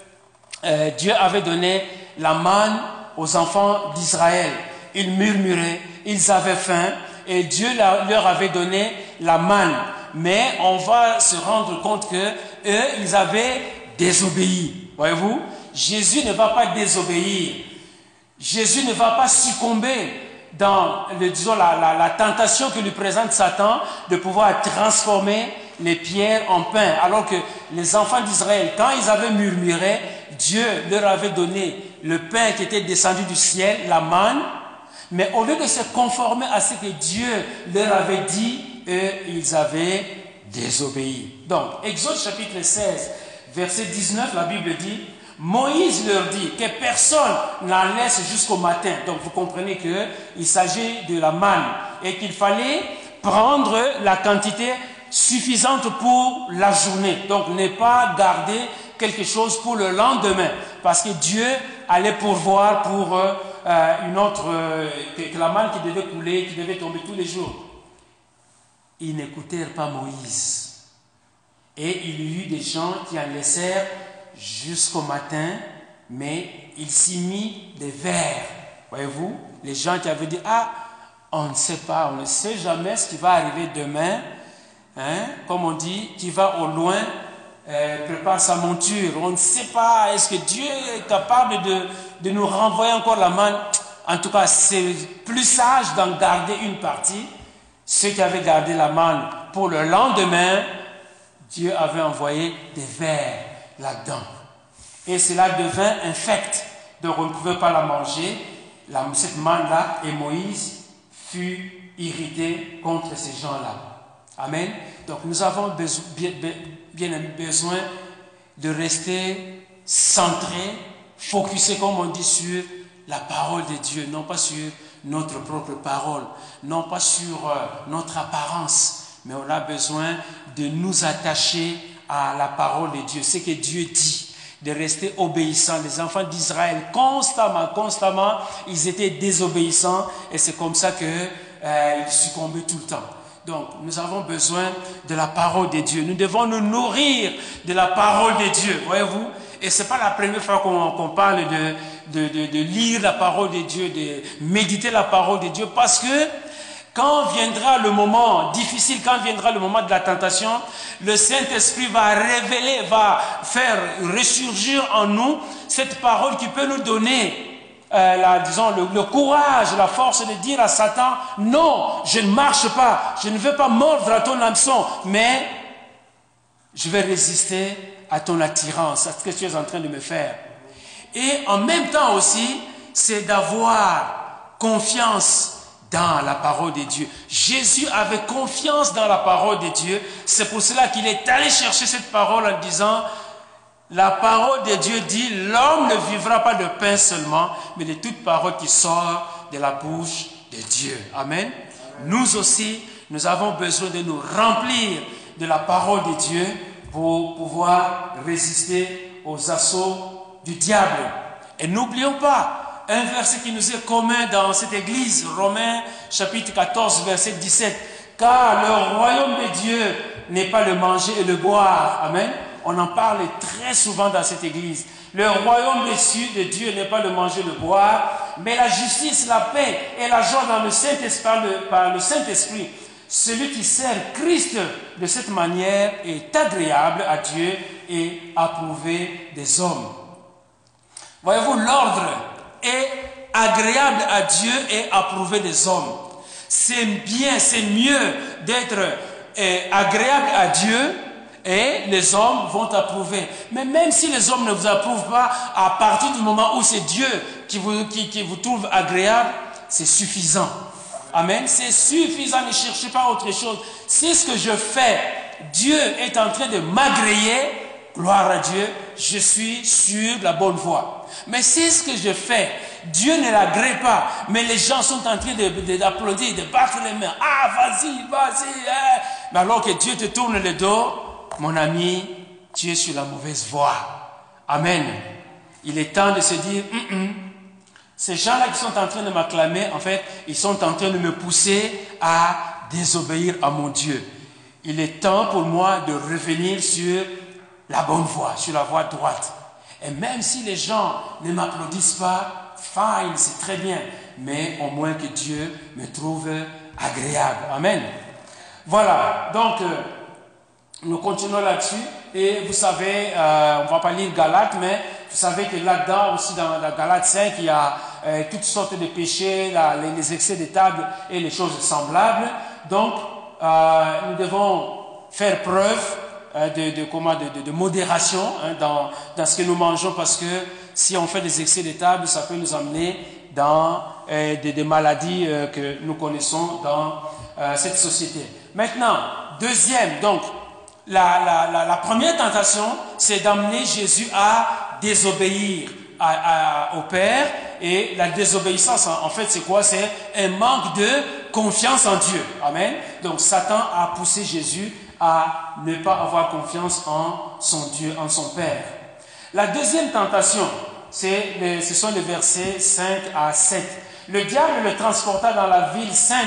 euh, Dieu avait donné la manne aux enfants d'Israël. Ils murmuraient, ils avaient faim, et Dieu leur avait donné la manne. Mais on va se rendre compte que eux, ils avaient désobéi. Voyez-vous, Jésus ne va pas désobéir. Jésus ne va pas succomber dans le, disons, la, la, la tentation que lui présente Satan de pouvoir transformer les pierres en pain. Alors que les enfants d'Israël, quand ils avaient murmuré, Dieu leur avait donné le pain qui était descendu du ciel, la manne. Mais au lieu de se conformer à ce que Dieu leur avait dit, eux, ils avaient désobéi. Donc, Exode chapitre seize, verset dix-neuf, la Bible dit, Moïse leur dit que personne n'en laisse jusqu'au matin. Donc, vous comprenez qu'il s'agit de la manne et qu'il fallait prendre la quantité suffisante pour la journée. Donc, ne pas garder quelque chose pour le lendemain, parce que Dieu allait pourvoir pour euh, une autre, euh, que la manne qui devait couler, qui devait tomber tous les jours. Ils n'écoutèrent pas Moïse. Et il y eut des gens qui en laissèrent jusqu'au matin mais il s'y mit des vers. Voyez-vous, les gens qui avaient dit, ah, on ne sait pas, on ne sait jamais ce qui va arriver demain. Hein? Comme on dit, qui va au loin, euh, prépare sa monture. On ne sait pas, est-ce que Dieu est capable de, de nous renvoyer encore la manne? En tout cas, c'est plus sage d'en garder une partie. Ceux qui avaient gardé la manne pour le lendemain, Dieu avait envoyé des vers là-dedans. Et cela devint infect. Donc on ne pouvait pas la manger, la, cette manne-là, et Moïse fut irrité contre ces gens-là. Amen. Donc nous avons beso bien, bien besoin de rester centrés, focusés, comme on dit, sur la parole de Dieu, non pas sur notre propre parole, non pas sur euh, notre apparence, mais on a besoin de nous attacher à la parole de Dieu, ce que Dieu dit, de rester obéissants. Les enfants d'Israël, constamment, constamment, ils étaient désobéissants et c'est comme ça qu'ils euh, succombaient tout le temps. Donc, nous avons besoin de la parole de Dieu. Nous devons nous nourrir de la parole de Dieu, voyez-vous. Et ce n'est pas la première fois qu'on qu'on parle de, de, de, de lire la parole de Dieu, de méditer la parole de Dieu, parce que quand viendra le moment difficile, quand viendra le moment de la tentation, le Saint-Esprit va révéler, va faire ressurgir en nous cette parole qui peut nous donner Euh, la, disons, le, le courage, la force de dire à Satan, non, je ne marche pas, je ne veux pas mordre à ton hameçon, mais je vais résister à ton attirance, à ce que tu es en train de me faire. Et en même temps aussi, c'est d'avoir confiance dans la parole de Dieu. Jésus avait confiance dans la parole de Dieu, c'est pour cela qu'il est allé chercher cette parole en disant, la parole de Dieu dit, l'homme ne vivra pas de pain seulement, mais de toute parole qui sort de la bouche de Dieu. Amen. Nous aussi, nous avons besoin de nous remplir de la parole de Dieu pour pouvoir résister aux assauts du diable. Et n'oublions pas un verset qui nous est commun dans cette église, Romains chapitre quatorze, verset dix-sept. Car le royaume de Dieu n'est pas le manger et le boire. Amen. On en parle très souvent dans cette église. Le royaume des cieux de Dieu n'est pas le manger, le boire, mais la justice, la paix et la joie dans le Saint-Esprit, par le Saint-Esprit. Celui qui sert Christ de cette manière est agréable à Dieu et approuvé des hommes. Voyez-vous, l'ordre est agréable à Dieu et approuvé des hommes. C'est bien, c'est mieux d'être euh, agréable à Dieu et les hommes vont approuver. Mais même si les hommes ne vous approuvent pas, à partir du moment où c'est Dieu qui vous, qui, qui vous trouve agréable, c'est suffisant. Amen. C'est suffisant, ne cherchez pas autre chose. C'est ce que je fais. Dieu est en train de m'agréer. Gloire à Dieu, je suis sur la bonne voie. Mais c'est ce que je fais. Dieu ne l'agrée pas. Mais les gens sont en train d'applaudir, de, de, de battre les mains. Ah, vas-y, vas-y. Hein. Mais alors que Dieu te tourne le dos, mon ami, tu es sur la mauvaise voie. Amen. Il est temps de se dire, mm -mm. Ces gens-là qui sont en train de m'acclamer, en fait, ils sont en train de me pousser à désobéir à mon Dieu. Il est temps pour moi de revenir sur la bonne voie, sur la voie droite. Et même si les gens ne m'applaudissent pas, fine, c'est très bien. Mais au moins que Dieu me trouve agréable. Amen. Voilà, donc euh, nous continuons là-dessus. Et vous savez, euh, on ne va pas lire Galates, mais vous savez que là-dedans, aussi dans la Galates cinq, il y a euh, toutes sortes de péchés, la, les, les excès de table et les choses semblables. Donc, euh, nous devons faire preuve euh, de, de, comment, de, de, de modération hein, dans, dans ce que nous mangeons, parce que si on fait des excès de table, ça peut nous amener dans euh, des, des maladies euh, que nous connaissons dans euh, cette société. Maintenant, deuxième, donc, La, la, la, la première tentation, c'est d'amener Jésus à désobéir à, à, au Père. Et la désobéissance, en, en fait, c'est quoi? C'est un manque de confiance en Dieu. Amen. Donc, Satan a poussé Jésus à ne pas avoir confiance en son Dieu, en son Père. La deuxième tentation, c'est, ce sont les versets cinq à sept. Le diable le transporta dans la ville sainte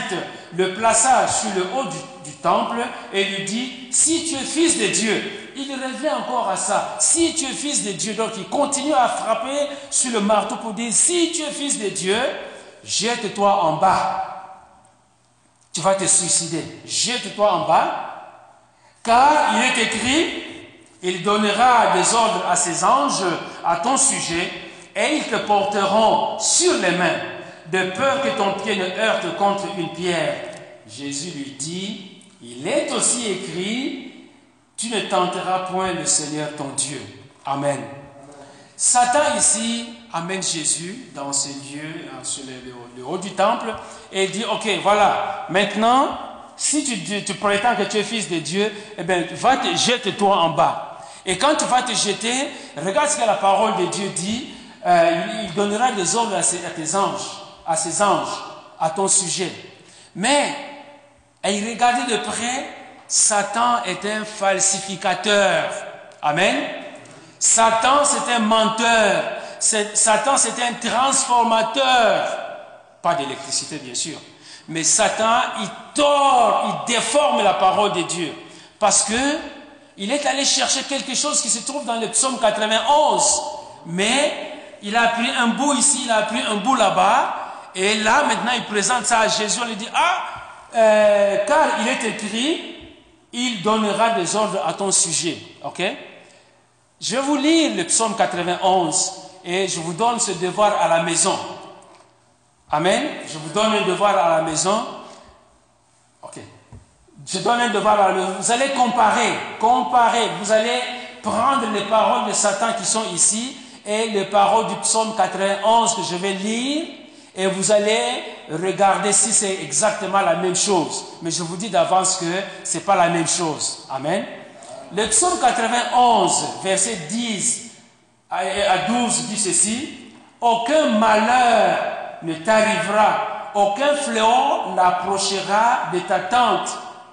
le plaça sur le haut du, du temple et lui dit, si tu es fils de Dieu, il revient encore à ça, si tu es fils de Dieu, donc il continue à frapper sur le marteau pour dire, si tu es fils de Dieu, jette-toi en bas, tu vas te suicider, jette-toi en bas, car il est écrit, il donnera des ordres à ses anges à ton sujet, et ils te porteront sur les mains, de peur que ton pied ne heurte contre une pierre. Jésus lui dit, il est aussi écrit, tu ne tenteras point le Seigneur ton Dieu. Amen. Satan ici amène Jésus dans ces lieux, sur le, le, le haut du temple, et il dit, ok, voilà, maintenant, si tu, tu prétends que tu es fils de Dieu, eh bien, va te jette-toi en bas. Et quand tu vas te jeter, regarde ce que la parole de Dieu dit, euh, il, il donnera des ordres à, ses, à tes anges, à ses anges, à ton sujet. Mais, et il regardait de près, Satan est un falsificateur. Amen. Satan, c'est un menteur. C'est, Satan, c'est un transformateur. Pas d'électricité, bien sûr. Mais Satan, il tord, il déforme la parole de Dieu. Parce que il est allé chercher quelque chose qui se trouve dans le psaume quatre-vingt-onze. Mais il a pris un bout ici, il a pris un bout là-bas. Et là, maintenant, il présente ça à Jésus. On lui dit, ah, euh, car il est écrit, il donnera des ordres à ton sujet. Ok? Je vais vous lire le psaume quatre-vingt-onze et je vous donne ce devoir à la maison. Amen. Je vous donne un devoir à la maison. Ok. Je donne un devoir à la maison. Vous allez comparer, comparer. Vous allez prendre les paroles de Satan qui sont ici et les paroles du psaume quatre-vingt-onze que je vais lire et vous allez regarder si c'est exactement la même chose. Mais je vous dis d'avance que ce n'est pas la même chose. Amen. Le psaume quatre-vingt-onze, verset dix à douze dit ceci, « Aucun malheur ne t'arrivera, aucun fléau n'approchera de ta tente,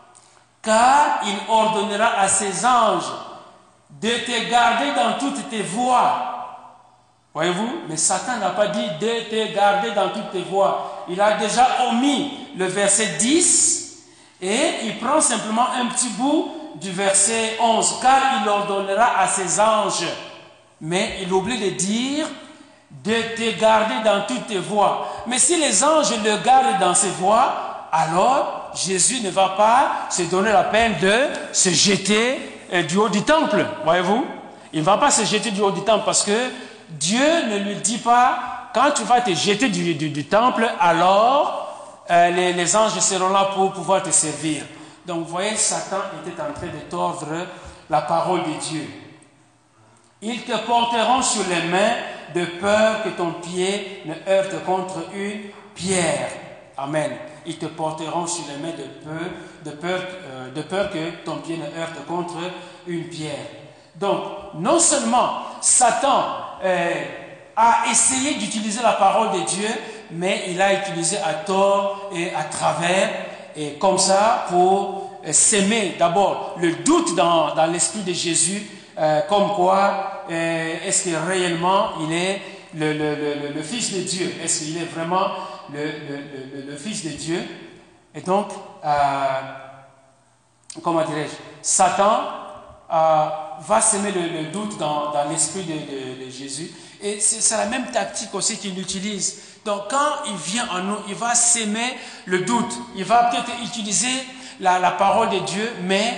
car il ordonnera à ses anges de te garder dans toutes tes voies. » Voyez-vous, mais Satan n'a pas dit de te garder dans toutes tes voies. Il a déjà omis le verset dix et il prend simplement un petit bout du verset onze, car il ordonnera à ses anges, mais il oublie de dire de te garder dans toutes tes voies. Mais si les anges le gardent dans ses voies, alors Jésus ne va pas se donner la peine de se jeter euh, du haut du temple, voyez-vous. Il ne va pas se jeter du haut du temple parce que Dieu ne lui dit pas, quand tu vas te jeter du, du, du temple, alors euh, les, les anges seront là pour pouvoir te servir. Donc, vous voyez, Satan était en train de tordre la parole de Dieu. Ils te porteront sur les mains de peur que ton pied ne heurte contre une pierre. Amen. Ils te porteront sur les mains de peur, de peur, euh, de peur que ton pied ne heurte contre une pierre. Donc, non seulement Satan euh, a essayé d'utiliser la parole de Dieu, mais il a utilisé à tort et à travers, et comme ça, pour euh, s'aimer d'abord le doute dans, dans l'esprit de Jésus, euh, comme quoi, euh, est-ce que réellement il est le, le, le, le Fils de Dieu? Est-ce qu'il est vraiment le, le, le, le Fils de Dieu? Et donc, euh, comment dirais-je, Satan euh, va s'aimer le, le doute dans, dans l'esprit de, de, de Jésus. Et c'est la même tactique aussi qu'il utilise. Donc quand il vient en nous, il va s'aimer le doute. Il va peut-être utiliser la, la parole de Dieu, mais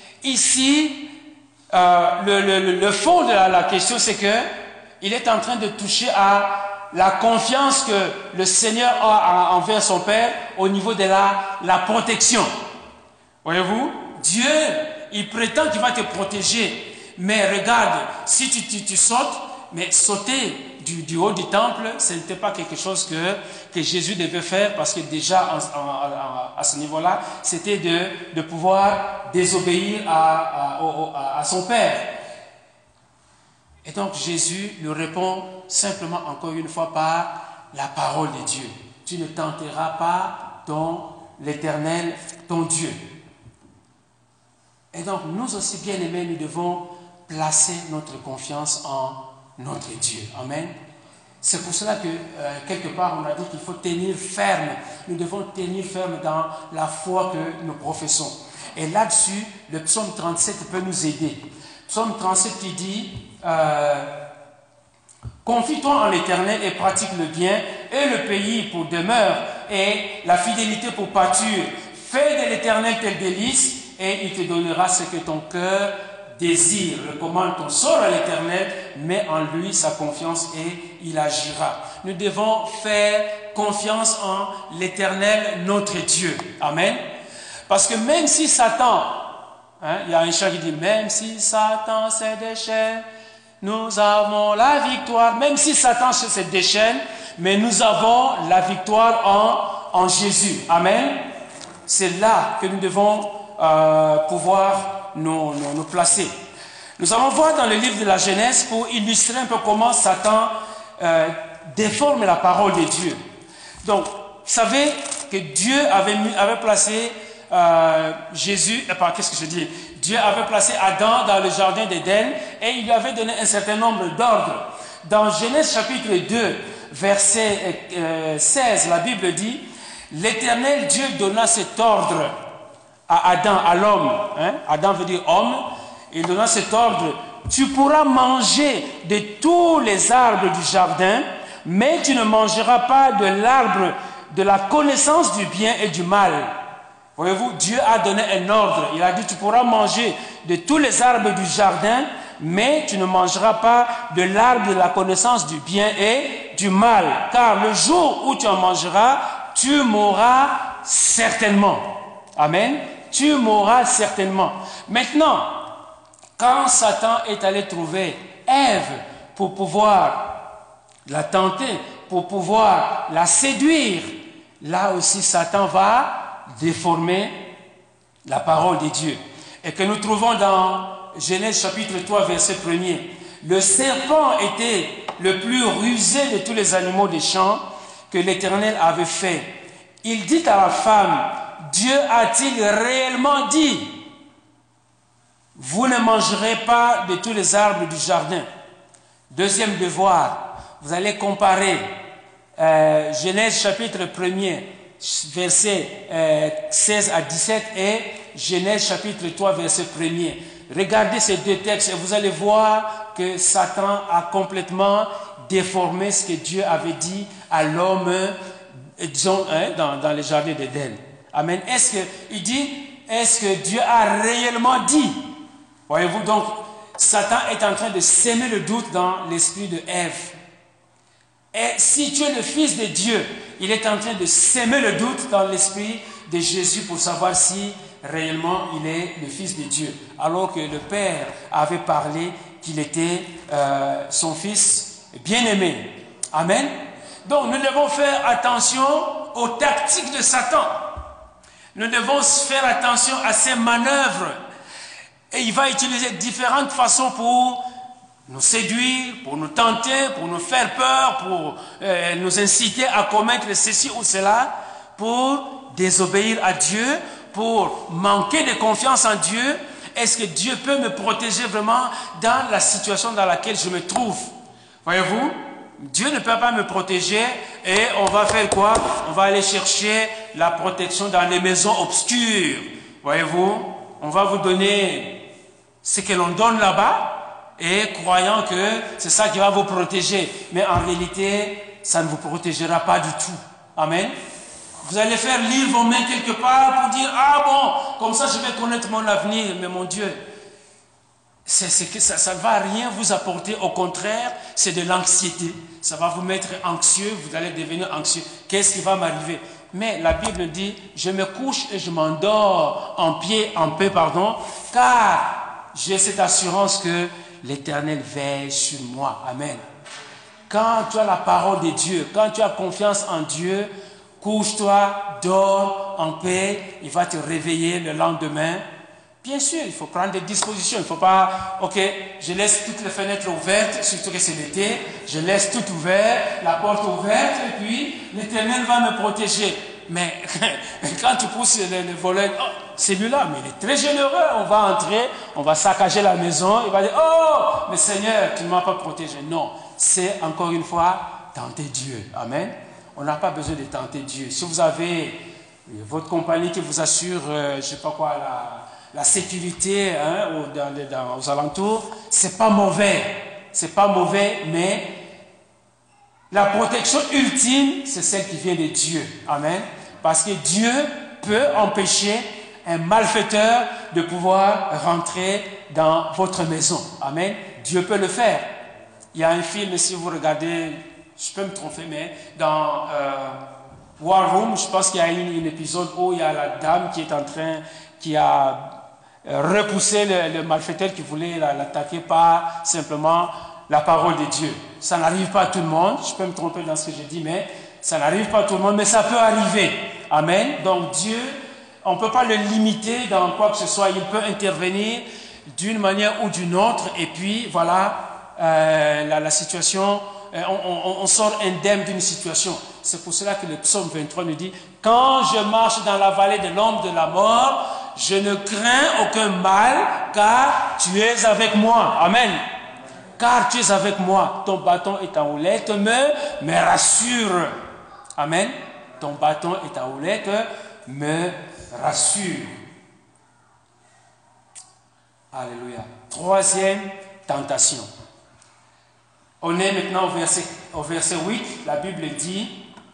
ici, euh, le, le, le fond de la, la question, c'est que il est en train de toucher à la confiance que le Seigneur a envers son Père au niveau de la, la protection. Voyez-vous, Dieu, il prétend qu'il va te protéger. Mais regarde, si tu, tu, tu sautes, mais sauter du, du haut du temple, ce n'était pas quelque chose que, que Jésus devait faire parce que déjà en, en, en, à ce niveau-là, c'était de, de pouvoir désobéir à, à, à, à son Père. Et donc Jésus lui répond simplement encore une fois par la parole de Dieu. Tu ne tenteras pas ton l'Éternel, ton Dieu. Et donc nous aussi, bien aimés, nous devons placer notre confiance en notre Dieu. Amen. C'est pour cela que, euh, quelque part, on a dit qu'il faut tenir ferme. Nous devons tenir ferme dans la foi que nous professons. Et là-dessus, le psaume trente-sept peut nous aider. Psaume trente-sept qui dit euh, « Confie-toi en l'Éternel et pratique le bien, et le pays pour demeure, et la fidélité pour pâture. Fais de l'Éternel tes délices, et il te donnera ce que ton cœur désire. Recommande ton sort à l'Éternel, mets en lui sa confiance et il agira. » Nous devons faire confiance en l'Éternel, notre Dieu. Amen. Parce que même si Satan, hein, il y a un chant qui dit, même si Satan se déchaîne, nous avons la victoire. Même si Satan se déchaîne, mais nous avons la victoire en, en Jésus. Amen. C'est là que nous devons euh, pouvoir nous, nous, nous placer. Nous allons voir dans le livre de la Genèse pour illustrer un peu comment Satan euh, déforme la parole de Dieu. Donc, vous savez que Dieu avait, mis, avait placé euh, Jésus, euh, qu'est-ce que je dis? Dieu avait placé Adam dans le jardin d'Éden et il lui avait donné un certain nombre d'ordres. Dans Genèse chapitre deux, verset euh, seize, la Bible dit, l'Éternel Dieu donna cet ordre à Adam, à l'homme. Hein? Adam veut dire homme. Il donna cet ordre. Tu pourras manger de tous les arbres du jardin, mais tu ne mangeras pas de l'arbre de la connaissance du bien et du mal. Voyez-vous, Dieu a donné un ordre. Il a dit, tu pourras manger de tous les arbres du jardin, mais tu ne mangeras pas de l'arbre de la connaissance du bien et du mal. Car le jour où tu en mangeras, tu mourras certainement. Amen. Tu mourras certainement. Maintenant, quand Satan est allé trouver Ève pour pouvoir la tenter, pour pouvoir la séduire, là aussi Satan va déformer la parole de Dieu. Et que nous trouvons dans Genèse chapitre trois, verset premier. Le serpent était le plus rusé de tous les animaux des champs que l'Éternel avait fait. Il dit à la femme, Dieu a-t-il réellement dit, vous ne mangerez pas de tous les arbres du jardin? Deuxième devoir, vous allez comparer euh, Genèse chapitre premier, versets euh, seize à dix-sept et Genèse chapitre trois, verset premier. Regardez ces deux textes et vous allez voir que Satan a complètement déformé ce que Dieu avait dit à l'homme disons, hein, dans, dans le jardin d'Éden. Amen. Est-ce que, il dit, est-ce que Dieu a réellement dit? Voyez-vous, donc, Satan est en train de s'aimer le doute dans l'esprit de Ève. Et si tu es le Fils de Dieu, il est en train de s'aimer le doute dans l'esprit de Jésus pour savoir si réellement il est le Fils de Dieu. Alors que le Père avait parlé qu'il était euh, son Fils bien-aimé. Amen. Donc nous devons faire attention aux tactiques de Satan. Nous devons faire attention à ses manœuvres. Et il va utiliser différentes façons pour nous séduire, pour nous tenter, pour nous faire peur, pour euh, nous inciter à commettre ceci ou cela, pour désobéir à Dieu, pour manquer de confiance en Dieu. Est-ce que Dieu peut me protéger vraiment dans la situation dans laquelle je me trouve? Voyez-vous, Dieu ne peut pas me protéger et on va faire quoi? On va aller chercher la protection dans les maisons obscures. Voyez-vous, on va vous donner ce que l'on donne là-bas et croyant que c'est ça qui va vous protéger. Mais en réalité, ça ne vous protégera pas du tout. Amen. Vous allez faire lire vos mains quelque part pour dire, ah bon, comme ça je vais connaître mon avenir. Mais mon Dieu, c'est, c'est que ça ne va rien vous apporter. Au contraire, c'est de l'anxiété. Ça va vous mettre anxieux, vous allez devenir anxieux. Qu'est-ce qui va m'arriver? Mais la Bible dit, je me couche et je m'endors en pied, en paix, pardon, car j'ai cette assurance que l'Éternel veille sur moi. Amen. Quand tu as la parole de Dieu, quand tu as confiance en Dieu, couche-toi, dors en paix, il va te réveiller le lendemain. Bien sûr, il faut prendre des dispositions. Il ne faut pas, ok, je laisse toutes les fenêtres ouvertes, surtout que c'est l'été, je laisse tout ouvert, la porte ouverte, et puis l'Éternel va me protéger. Mais quand tu pousses le, le volet, oh, celui-là, mais il est très généreux, on va entrer, on va saccager la maison, il va dire, oh, mais Seigneur, tu ne m'as pas protégé. Non, c'est encore une fois tenter Dieu. Amen. On n'a pas besoin de tenter Dieu. Si vous avez votre compagnie qui vous assure, euh, je ne sais pas quoi, la, la sécurité hein, ou dans les, dans, aux alentours, c'est pas mauvais. C'est pas mauvais, mais la protection ultime, c'est celle qui vient de Dieu. Amen. Parce que Dieu peut empêcher un malfaiteur de pouvoir rentrer dans votre maison. Amen. Dieu peut le faire. Il y a un film, si vous regardez, je peux me tromper, mais dans euh, War Room, je pense qu'il y a un épisode où il y a la dame qui est en train, qui a repoussé le, le malfaiteur qui voulait l'attaquer par simplement la parole de Dieu. Ça n'arrive pas à tout le monde, je peux me tromper dans ce que je dis, mais ça n'arrive pas à tout le monde, mais ça peut arriver. Amen. Donc Dieu, on ne peut pas le limiter dans quoi que ce soit, il peut intervenir d'une manière ou d'une autre, et puis voilà, euh, la, la situation, euh, on, on, on sort indemne d'une situation. C'est pour cela que le psaume vingt-trois nous dit, « Quand je marche dans la vallée de l'ombre de la mort, je ne crains aucun mal, car tu es avec moi. » Amen. Car tu es avec moi, ton bâton et ta houlette me, me rassurent. Amen. Ton bâton et ta houlette me rassurent. Alléluia. Troisième tentation. On est maintenant au verset, au verset huit. La Bible dit,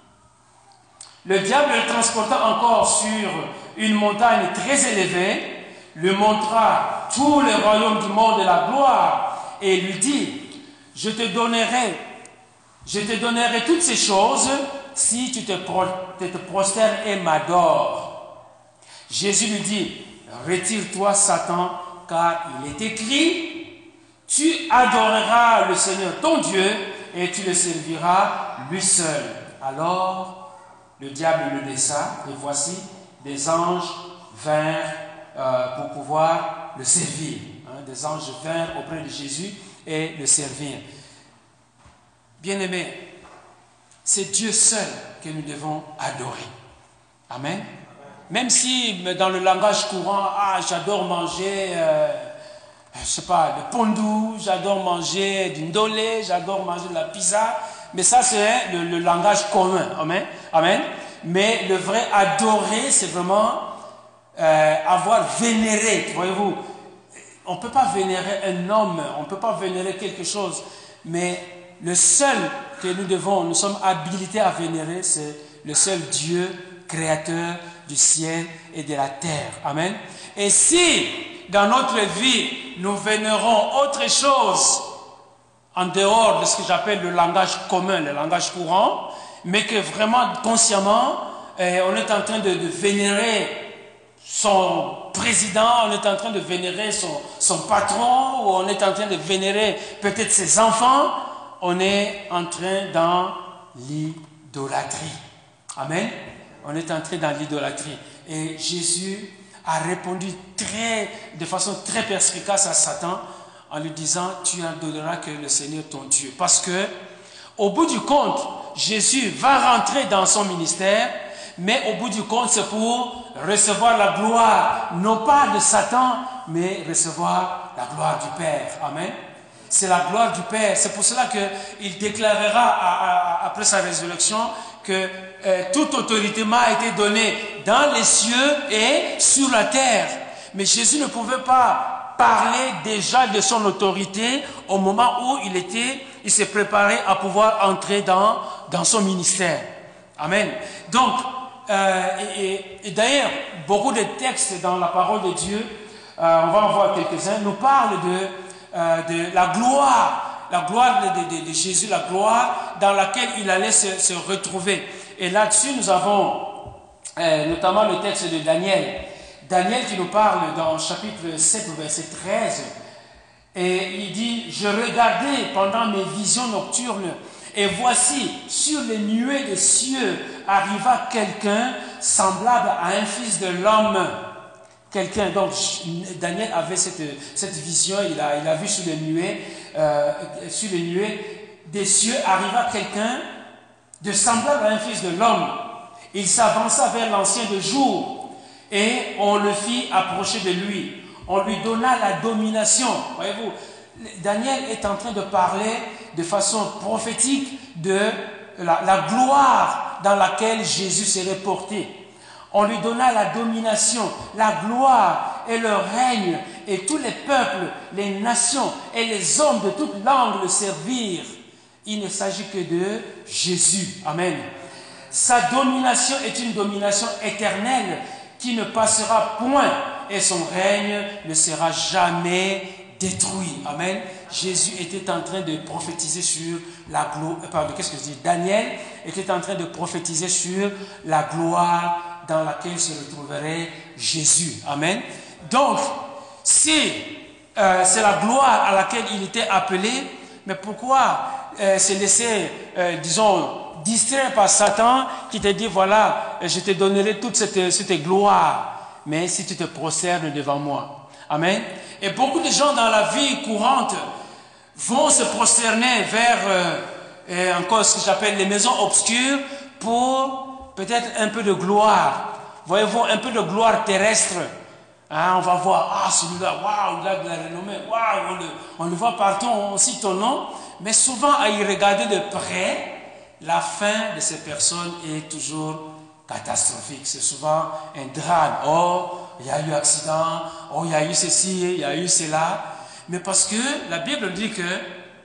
le diable le transporta encore sur une montagne très élevée, lui montra tout le royaume du monde de la gloire et lui dit, je te donnerai, je te donnerai toutes ces choses si tu te, pro, te, te prosternes et m'adores. Jésus lui dit, retire-toi Satan, car il est écrit, tu adoreras le Seigneur ton Dieu et tu le serviras lui seul. Alors le diable le laissa et voici des anges vinrent euh, pour pouvoir le servir. Hein, des anges vinrent auprès de Jésus et le servir. Bien-aimés, c'est Dieu seul que nous devons adorer. Amen. Même si dans le langage courant, ah, j'adore manger, euh, je sais pas, le pondou, j'adore manger du ndolé, j'adore manger de la pizza, mais ça c'est le, le langage commun. Amen. Amen. Mais le vrai adorer, c'est vraiment euh, avoir vénéré, voyez-vous. On ne peut pas vénérer un homme, on ne peut pas vénérer quelque chose, mais le seul que nous devons, nous sommes habilités à vénérer, c'est le seul Dieu créateur du ciel et de la terre. Amen. Et si dans notre vie, nous vénérons autre chose en dehors de ce que j'appelle le langage commun, le langage courant, mais que vraiment consciemment, eh, on est en train de, de vénérer son président, on est en train de vénérer son, son patron, ou on est en train de vénérer peut-être ses enfants, on est en train dans l'idolâtrie. Amen. On est entré dans l'idolâtrie. Et Jésus a répondu très, de façon très perspicace à Satan en lui disant, tu adoreras que le Seigneur ton Dieu. Parce que, au bout du compte, Jésus va rentrer dans son ministère, mais au bout du compte, c'est pour recevoir la gloire, non pas de Satan, mais recevoir la gloire du Père. Amen. C'est la gloire du Père. C'est pour cela qu'il déclarera à, à, après sa résurrection que euh, toute autorité m'a été donnée dans les cieux et sur la terre. Mais Jésus ne pouvait pas parler déjà de son autorité au moment où il était, il s'est préparé à pouvoir entrer dans, dans son ministère. Amen. Donc, euh, et, et, et d'ailleurs, beaucoup de textes dans la parole de Dieu, euh, on va en voir quelques-uns, nous parlent de, euh, de la gloire, la gloire de, de, de Jésus, la gloire dans laquelle il allait se, se retrouver. Et là-dessus, nous avons euh, notamment le texte de Daniel. Daniel qui nous parle dans chapitre sept, verset treize. Et il dit, je regardais pendant mes visions nocturnes, et voici, sur les nuées des cieux, arriva quelqu'un semblable à un fils de l'homme. Quelqu'un, donc Daniel avait cette, cette vision, il a, il a vu sur les nuées, euh, sur les nuées des cieux, arriva quelqu'un de semblable à un fils de l'homme. Il s'avança vers l'ancien de jour, et on le fit approcher de lui. On lui donna la domination. Voyez-vous, Daniel est en train de parler de façon prophétique de la, la gloire dans laquelle Jésus serait porté. On lui donna la domination, la gloire et le règne, et tous les peuples, les nations et les hommes de toute langue le servirent. Il ne s'agit que de Jésus. Amen. Sa domination est une domination éternelle qui ne passera point, et son règne ne sera jamais détruit. Amen. Jésus était en train de prophétiser sur la gloire. Pardon, qu'est-ce que je dis? Daniel était en train de prophétiser sur la gloire dans laquelle se retrouverait Jésus. Amen. Donc, si euh, c'est la gloire à laquelle il était appelé, mais pourquoi euh, se laisser, euh, disons, distraire par Satan qui te dit, voilà, je te donnerai toute cette, cette gloire, mais si tu te prosternes devant moi. Amen. Et beaucoup de gens dans la vie courante vont se prosterner vers euh, encore ce que j'appelle les maisons obscures pour peut-être un peu de gloire. Voyez-vous, un peu de gloire terrestre. Hein, on va voir, ah celui-là, waouh, il a de la renommée, waouh, on le, on le voit partout, on cite ton nom. Mais souvent, à y regarder de près, la fin de ces personnes est toujours catastrophique. C'est souvent un drame. Oh, il y a eu accident, oh, il y a eu ceci, il y a eu cela. Mais parce que la Bible dit que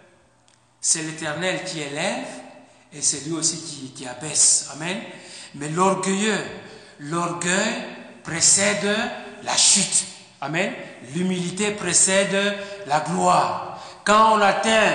c'est l'Éternel qui élève et c'est lui aussi qui, qui abaisse. Amen. Mais l'orgueilleux, l'orgueil précède la chute. Amen. L'humilité précède la gloire. Quand on atteint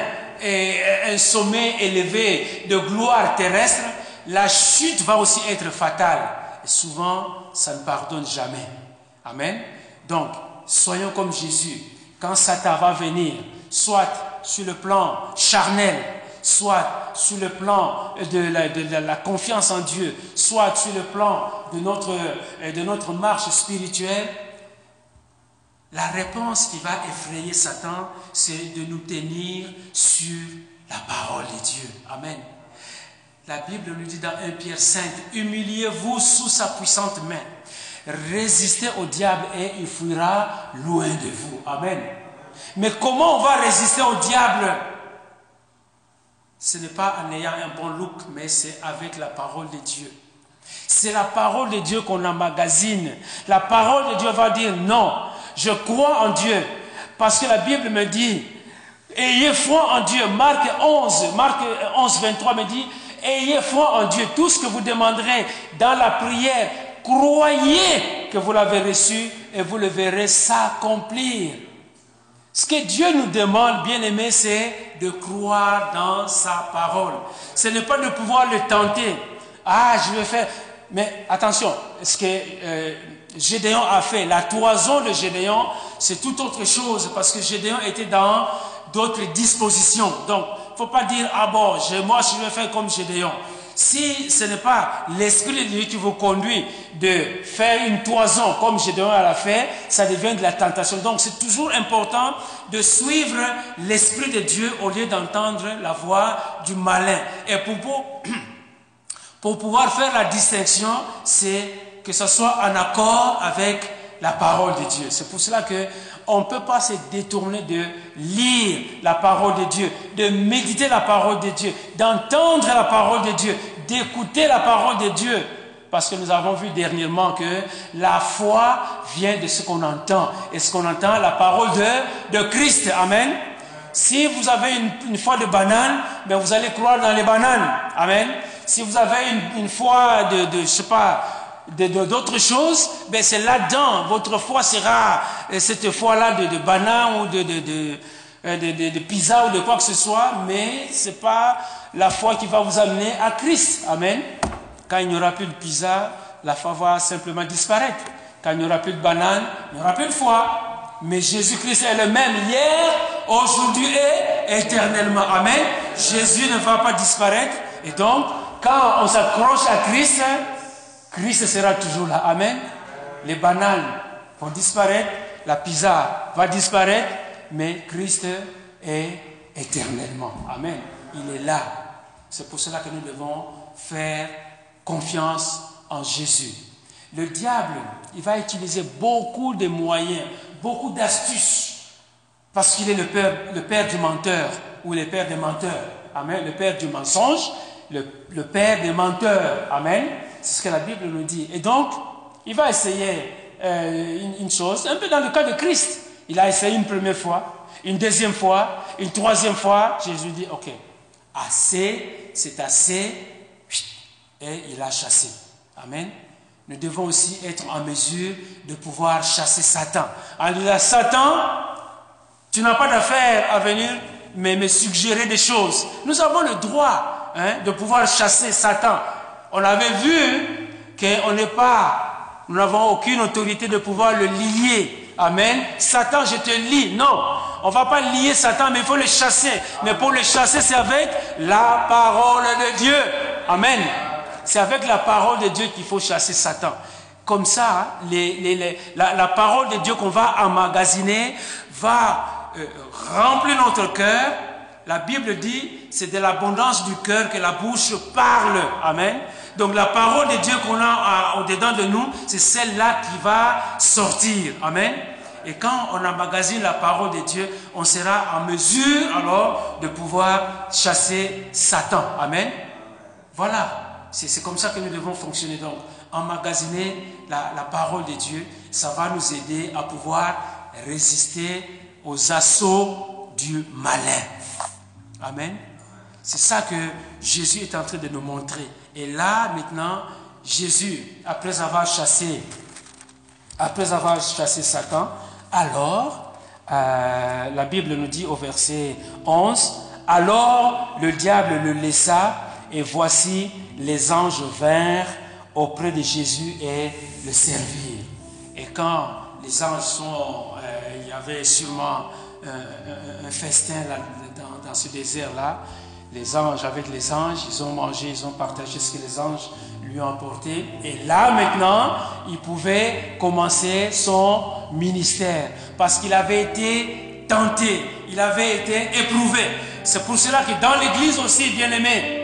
un sommet élevé de gloire terrestre, la chute va aussi être fatale. Et souvent, ça ne pardonne jamais. Amen. Donc, soyons comme Jésus. Quand Satan va venir, soit sur le plan charnel, soit sur le plan de la, de la, la confiance en Dieu, soit sur le plan de notre, de notre marche spirituelle, la réponse qui va effrayer Satan, c'est de nous tenir sur la parole de Dieu. Amen. La Bible nous dit dans premier Pierre cinq, humiliez-vous sous sa puissante main. Résistez au diable et il fuira loin de vous. Amen. Mais comment on va résister au diable? Ce n'est pas en ayant un bon look, mais c'est avec la parole de Dieu. C'est la parole de Dieu qu'on emmagasine. La parole de Dieu va dire non, je crois en Dieu. Parce que la Bible me dit, ayez foi en Dieu. Marc onze, Marc onze, vingt-trois me dit, ayez foi en Dieu. Tout ce que vous demanderez dans la prière, croyez que vous l'avez reçu et vous le verrez s'accomplir. Ce que Dieu nous demande, bien aimé, c'est de croire dans sa parole. Ce n'est pas de pouvoir le tenter. Ah, je vais faire... Mais attention, ce que euh, Gédéon a fait, la toison de Gédéon, c'est tout autre chose, parce que Gédéon était dans d'autres dispositions. Donc, il ne faut pas dire, ah bon, je, moi je vais faire comme Gédéon. Si ce n'est pas l'Esprit de Dieu qui vous conduit de faire une toison comme Gédéon l'a fait, ça devient de la tentation. Donc c'est toujours important de suivre l'Esprit de Dieu au lieu d'entendre la voix du malin. Et pour, pour, pour pouvoir faire la distinction, c'est que ce soit en accord avec la parole de Dieu. C'est pour cela que on ne peut pas se détourner de lire la parole de Dieu, de méditer la parole de Dieu, d'entendre la parole de Dieu, d'écouter la parole de Dieu. Parce que nous avons vu dernièrement que la foi vient de ce qu'on entend. Et ce qu'on entend, la parole de, de Christ. Amen. Si vous avez une, une foi de banane, ben vous allez croire dans les bananes. Amen. Si vous avez une, une foi de, de, je sais pas, d'autres choses, ben c'est là-dedans. Votre foi sera cette foi-là de, de banane ou de, de, de, de, de, de pizza ou de quoi que ce soit, mais ce n'est pas la foi qui va vous amener à Christ. Amen. Quand il n'y aura plus de pizza, la foi va simplement disparaître. Quand il n'y aura plus de banane, il n'y aura plus de foi. Mais Jésus-Christ est le même hier, aujourd'hui et éternellement. Amen. Jésus ne va pas disparaître. Et donc, quand on s'accroche à Christ, Christ sera toujours là. Amen. Les bananes vont disparaître, la pizza va disparaître, mais Christ est éternellement. Amen. Il est là. C'est pour cela que nous devons faire confiance en Jésus. Le diable, il va utiliser beaucoup de moyens, beaucoup d'astuces Parce qu'il est le père, le père du menteur, ou le père des menteurs. Amen. Le père du mensonge, le, le père des menteurs. Amen. C'est ce que la Bible nous dit. Et donc, il va essayer euh, une, une chose, un peu dans le cas de Christ. Il a essayé une première fois, une deuxième fois, une troisième fois. Jésus dit, ok, assez, c'est assez. Et il a chassé. Amen. Nous devons aussi être en mesure de pouvoir chasser Satan. En disant, Satan, tu n'as pas d'affaire à venir me, me suggérer des choses. Nous avons le droit hein, de pouvoir chasser Satan. On avait vu qu'on n'est pas, nous n'avons aucune autorité de pouvoir le lier. Amen. Satan, je te lie. Non, on ne va pas lier Satan, mais il faut le chasser. Mais pour le chasser, c'est avec la parole de Dieu. Amen. C'est avec la parole de Dieu qu'il faut chasser Satan. Comme ça, les, les, les, la, la parole de Dieu qu'on va emmagasiner va euh, remplir notre cœur. La Bible dit, c'est de l'abondance du cœur que la bouche parle. Amen. Donc la parole de Dieu qu'on a au-dedans de nous, c'est celle-là qui va sortir. Amen. Et quand on emmagasine la parole de Dieu, on sera en mesure alors de pouvoir chasser Satan. Amen. Voilà. C'est comme ça que nous devons fonctionner. Donc, emmagasiner la, la parole de Dieu, ça va nous aider à pouvoir résister aux assauts du malin. Amen. C'est ça que Jésus est en train de nous montrer. Et là, maintenant, Jésus, après avoir chassé, après avoir chassé Satan, alors, euh, la Bible nous dit au verset onze, alors le diable le laissa, et voici, les anges vinrent auprès de Jésus et le servirent. Et quand les anges sont, euh, il y avait sûrement un, un, un festin là, dans, dans ce désert-là, les anges, avec les anges, ils ont mangé, ils ont partagé ce que les anges lui ont apporté. Et là, maintenant, il pouvait commencer son ministère parce qu'il avait été tenté, il avait été éprouvé. C'est pour cela que dans l'église aussi, bien aimé,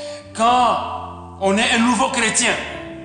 quand on est un nouveau chrétien,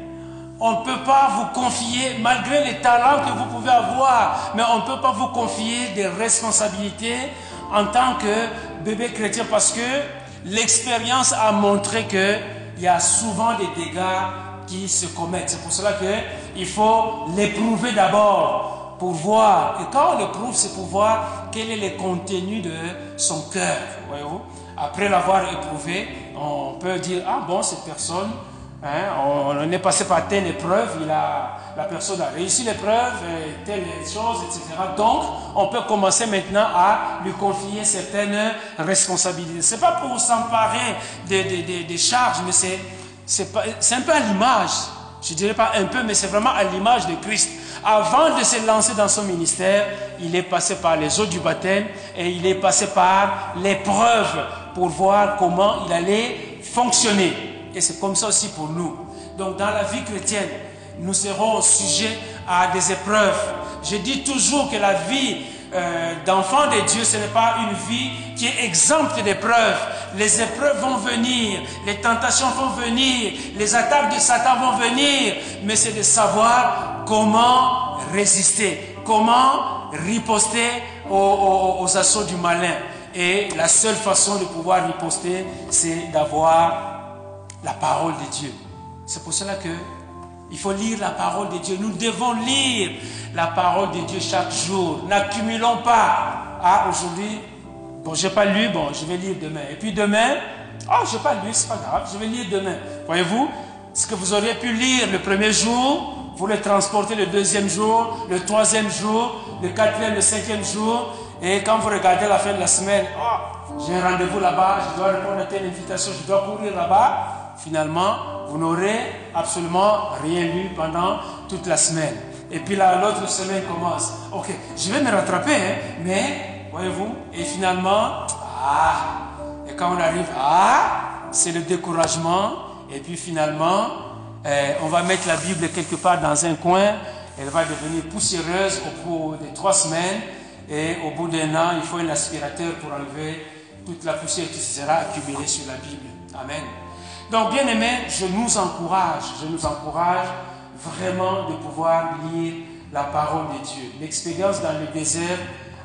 on ne peut pas vous confier, malgré les talents que vous pouvez avoir, mais on ne peut pas vous confier des responsabilités en tant que bébé chrétien parce que l'expérience a montré qu'il y a souvent des dégâts qui se commettent. C'est pour cela qu'il faut l'éprouver d'abord pour voir. Et quand on l'éprouve, c'est pour voir quel est le contenu de son cœur. Voyez-vous? Après l'avoir éprouvé, on peut dire, ah bon, cette personne, hein, on, on est passé par telle épreuve, il a, la personne a réussi l'épreuve, telle chose, et cetera. Donc, on peut commencer maintenant à lui confier certaines responsabilités. Ce n'est pas pour s'emparer des, des, des, des charges, mais c'est, c'est, pas, c'est un peu à l'image. Je ne dirais pas un peu, mais c'est vraiment à l'image de Christ. Avant de se lancer dans son ministère, il est passé par les eaux du baptême et il est passé par l'épreuve pour voir comment il allait fonctionner. Et c'est comme ça aussi pour nous. Donc dans la vie chrétienne, nous serons sujets à des épreuves. Je dis toujours que la vie euh, d'enfant de Dieu, ce n'est pas une vie qui est exempte d'épreuves. Les épreuves vont venir, les tentations vont venir, les attaques de Satan vont venir, mais c'est de savoir comment résister, comment riposter aux, aux, aux assauts du malin. Et la seule façon de pouvoir riposter, c'est d'avoir la parole de Dieu. C'est pour cela que il faut lire la parole de Dieu. Nous devons lire la parole de Dieu chaque jour. N'accumulons pas. Ah, aujourd'hui, bon, je n'ai pas lu, bon, je vais lire demain. Et puis demain, ah, oh, je n'ai pas lu, c'est pas grave, je vais lire demain. Voyez-vous, ce que vous auriez pu lire le premier jour, vous le transportez le deuxième jour, le troisième jour, le quatrième, le cinquième jour. Et quand vous regardez la fin de la semaine, oh, j'ai un rendez-vous là-bas, je dois répondre à telle invitation, je dois courir là-bas. Finalement, vous n'aurez absolument rien lu pendant toute la semaine. Et puis là, l'autre semaine commence. Ok, je vais me rattraper, hein, mais, voyez-vous, et finalement, ah, et quand on arrive, ah, c'est le découragement. Et puis finalement, eh, on va mettre la Bible quelque part dans un coin. Elle va devenir poussiéreuse au bout de trois semaines. Et au bout d'un an, il faut un aspirateur pour enlever toute la poussière qui sera accumulée sur la Bible. Amen. Donc, bien aimés, je nous encourage, je nous encourage vraiment de pouvoir lire la parole de Dieu. L'expérience dans le désert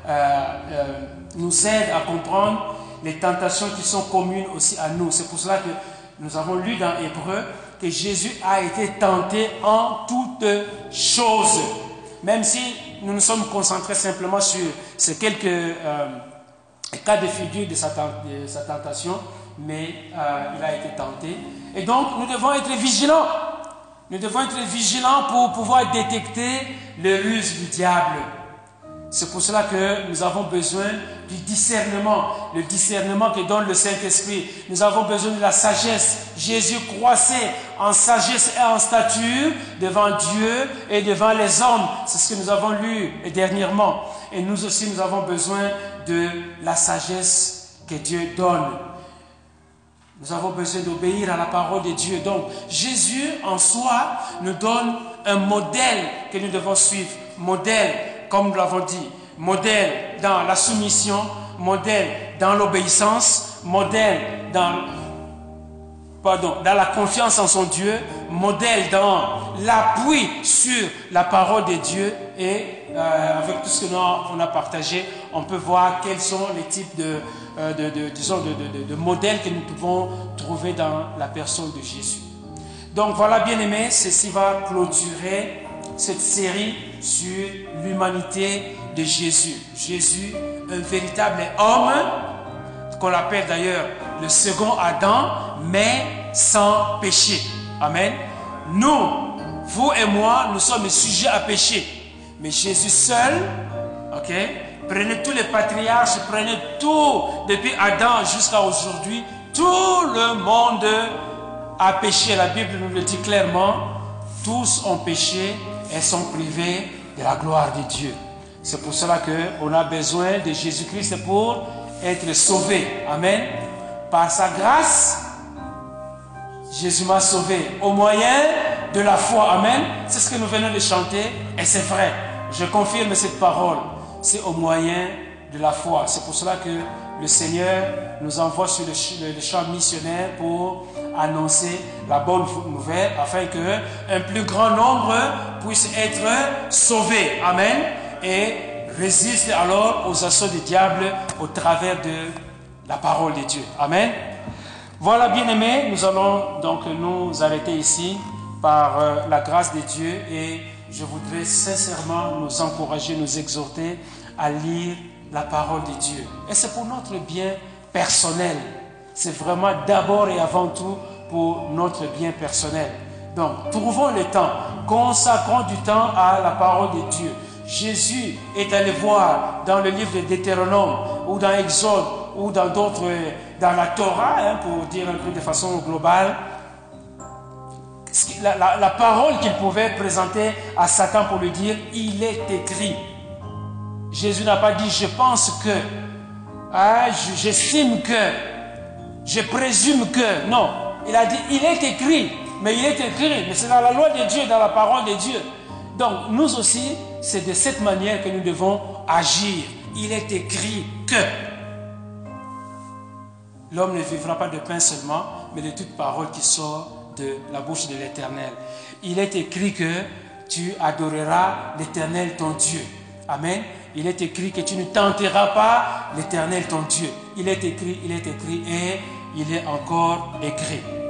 euh, nous aide à comprendre les tentations qui sont communes aussi à nous. C'est pour cela que nous avons lu dans Hébreu que Jésus a été tenté en toutes choses. Même si nous nous sommes concentrés simplement sur ces quelques euh, cas de figure de sa, de sa tentation, mais euh, il a été tenté. Et donc, nous devons être vigilants. Nous devons être vigilants pour pouvoir détecter les ruses du diable. C'est pour cela que nous avons besoin du discernement, le discernement que donne le Saint-Esprit. Nous avons besoin de la sagesse. Jésus croissait en sagesse et en stature devant Dieu et devant les hommes. C'est ce que nous avons lu dernièrement. Et nous aussi, nous avons besoin de la sagesse que Dieu donne. Nous avons besoin d'obéir à la parole de Dieu. Donc, Jésus en soi nous donne un modèle que nous devons suivre. Modèle, comme nous l'avons dit, modèle dans la soumission, modèle dans l'obéissance, modèle dans, pardon, dans la confiance en son Dieu, modèle dans l'appui sur la parole de Dieu. Et euh, avec tout ce que nous on a partagé, on peut voir quels sont les types de, euh, de, de, disons de, de, de, de modèles que nous pouvons trouver dans la personne de Jésus. Donc voilà, bien-aimés, ceci va clôturer cette série sur l'humanité de Jésus. Jésus, un véritable homme, qu'on appelle d'ailleurs le second Adam, mais sans péché. Amen. Nous, vous et moi, nous sommes sujets à péché. Mais Jésus seul, ok, prenez tous les patriarches, prenez tout, depuis Adam jusqu'à aujourd'hui, tout le monde a péché. La Bible nous le dit clairement, tous ont péché et sont privés de la gloire de Dieu. C'est pour cela qu'on a besoin de Jésus-Christ pour être sauvé. Amen. Par sa grâce, Jésus m'a sauvé au moyen de la foi. Amen. C'est ce que nous venons de chanter et c'est vrai. Je confirme cette parole. C'est au moyen de la foi. C'est pour cela que le Seigneur nous envoie sur le, le champ missionnaire pour annoncer la bonne nouvelle afin que un plus grand nombre puisse être sauvé. Amen. Et résiste alors aux assauts du diable au travers de la parole de Dieu. Amen. Voilà, bien-aimés, nous allons donc nous arrêter ici par euh, la grâce de Dieu et je voudrais sincèrement nous encourager, nous exhorter à lire la parole de Dieu. Et c'est pour notre bien personnel. C'est vraiment d'abord et avant tout pour notre bien personnel. Donc, trouvons le temps, consacrons du temps à la parole de Dieu. Jésus est allé voir dans le livre de Deutéronome ou dans Exode ou dans d'autres, dans la Torah, hein, pour dire un peu de façon globale, la, la, la parole qu'il pouvait présenter à Satan pour lui dire, il est écrit. Jésus n'a pas dit, je pense que, ah, j'estime que, je présume que. Non, il a dit, il est écrit. Mais il est écrit, mais c'est dans la loi de Dieu, dans la parole de Dieu. Donc, nous aussi, c'est de cette manière que nous devons agir. Il est écrit que l'homme ne vivra pas de pain seulement, mais de toute parole qui sort de la bouche de l'Éternel. Il est écrit que tu adoreras l'Éternel ton Dieu. Amen. Il est écrit que tu ne tenteras pas l'Éternel ton Dieu. Il est écrit, il est écrit et il est encore écrit.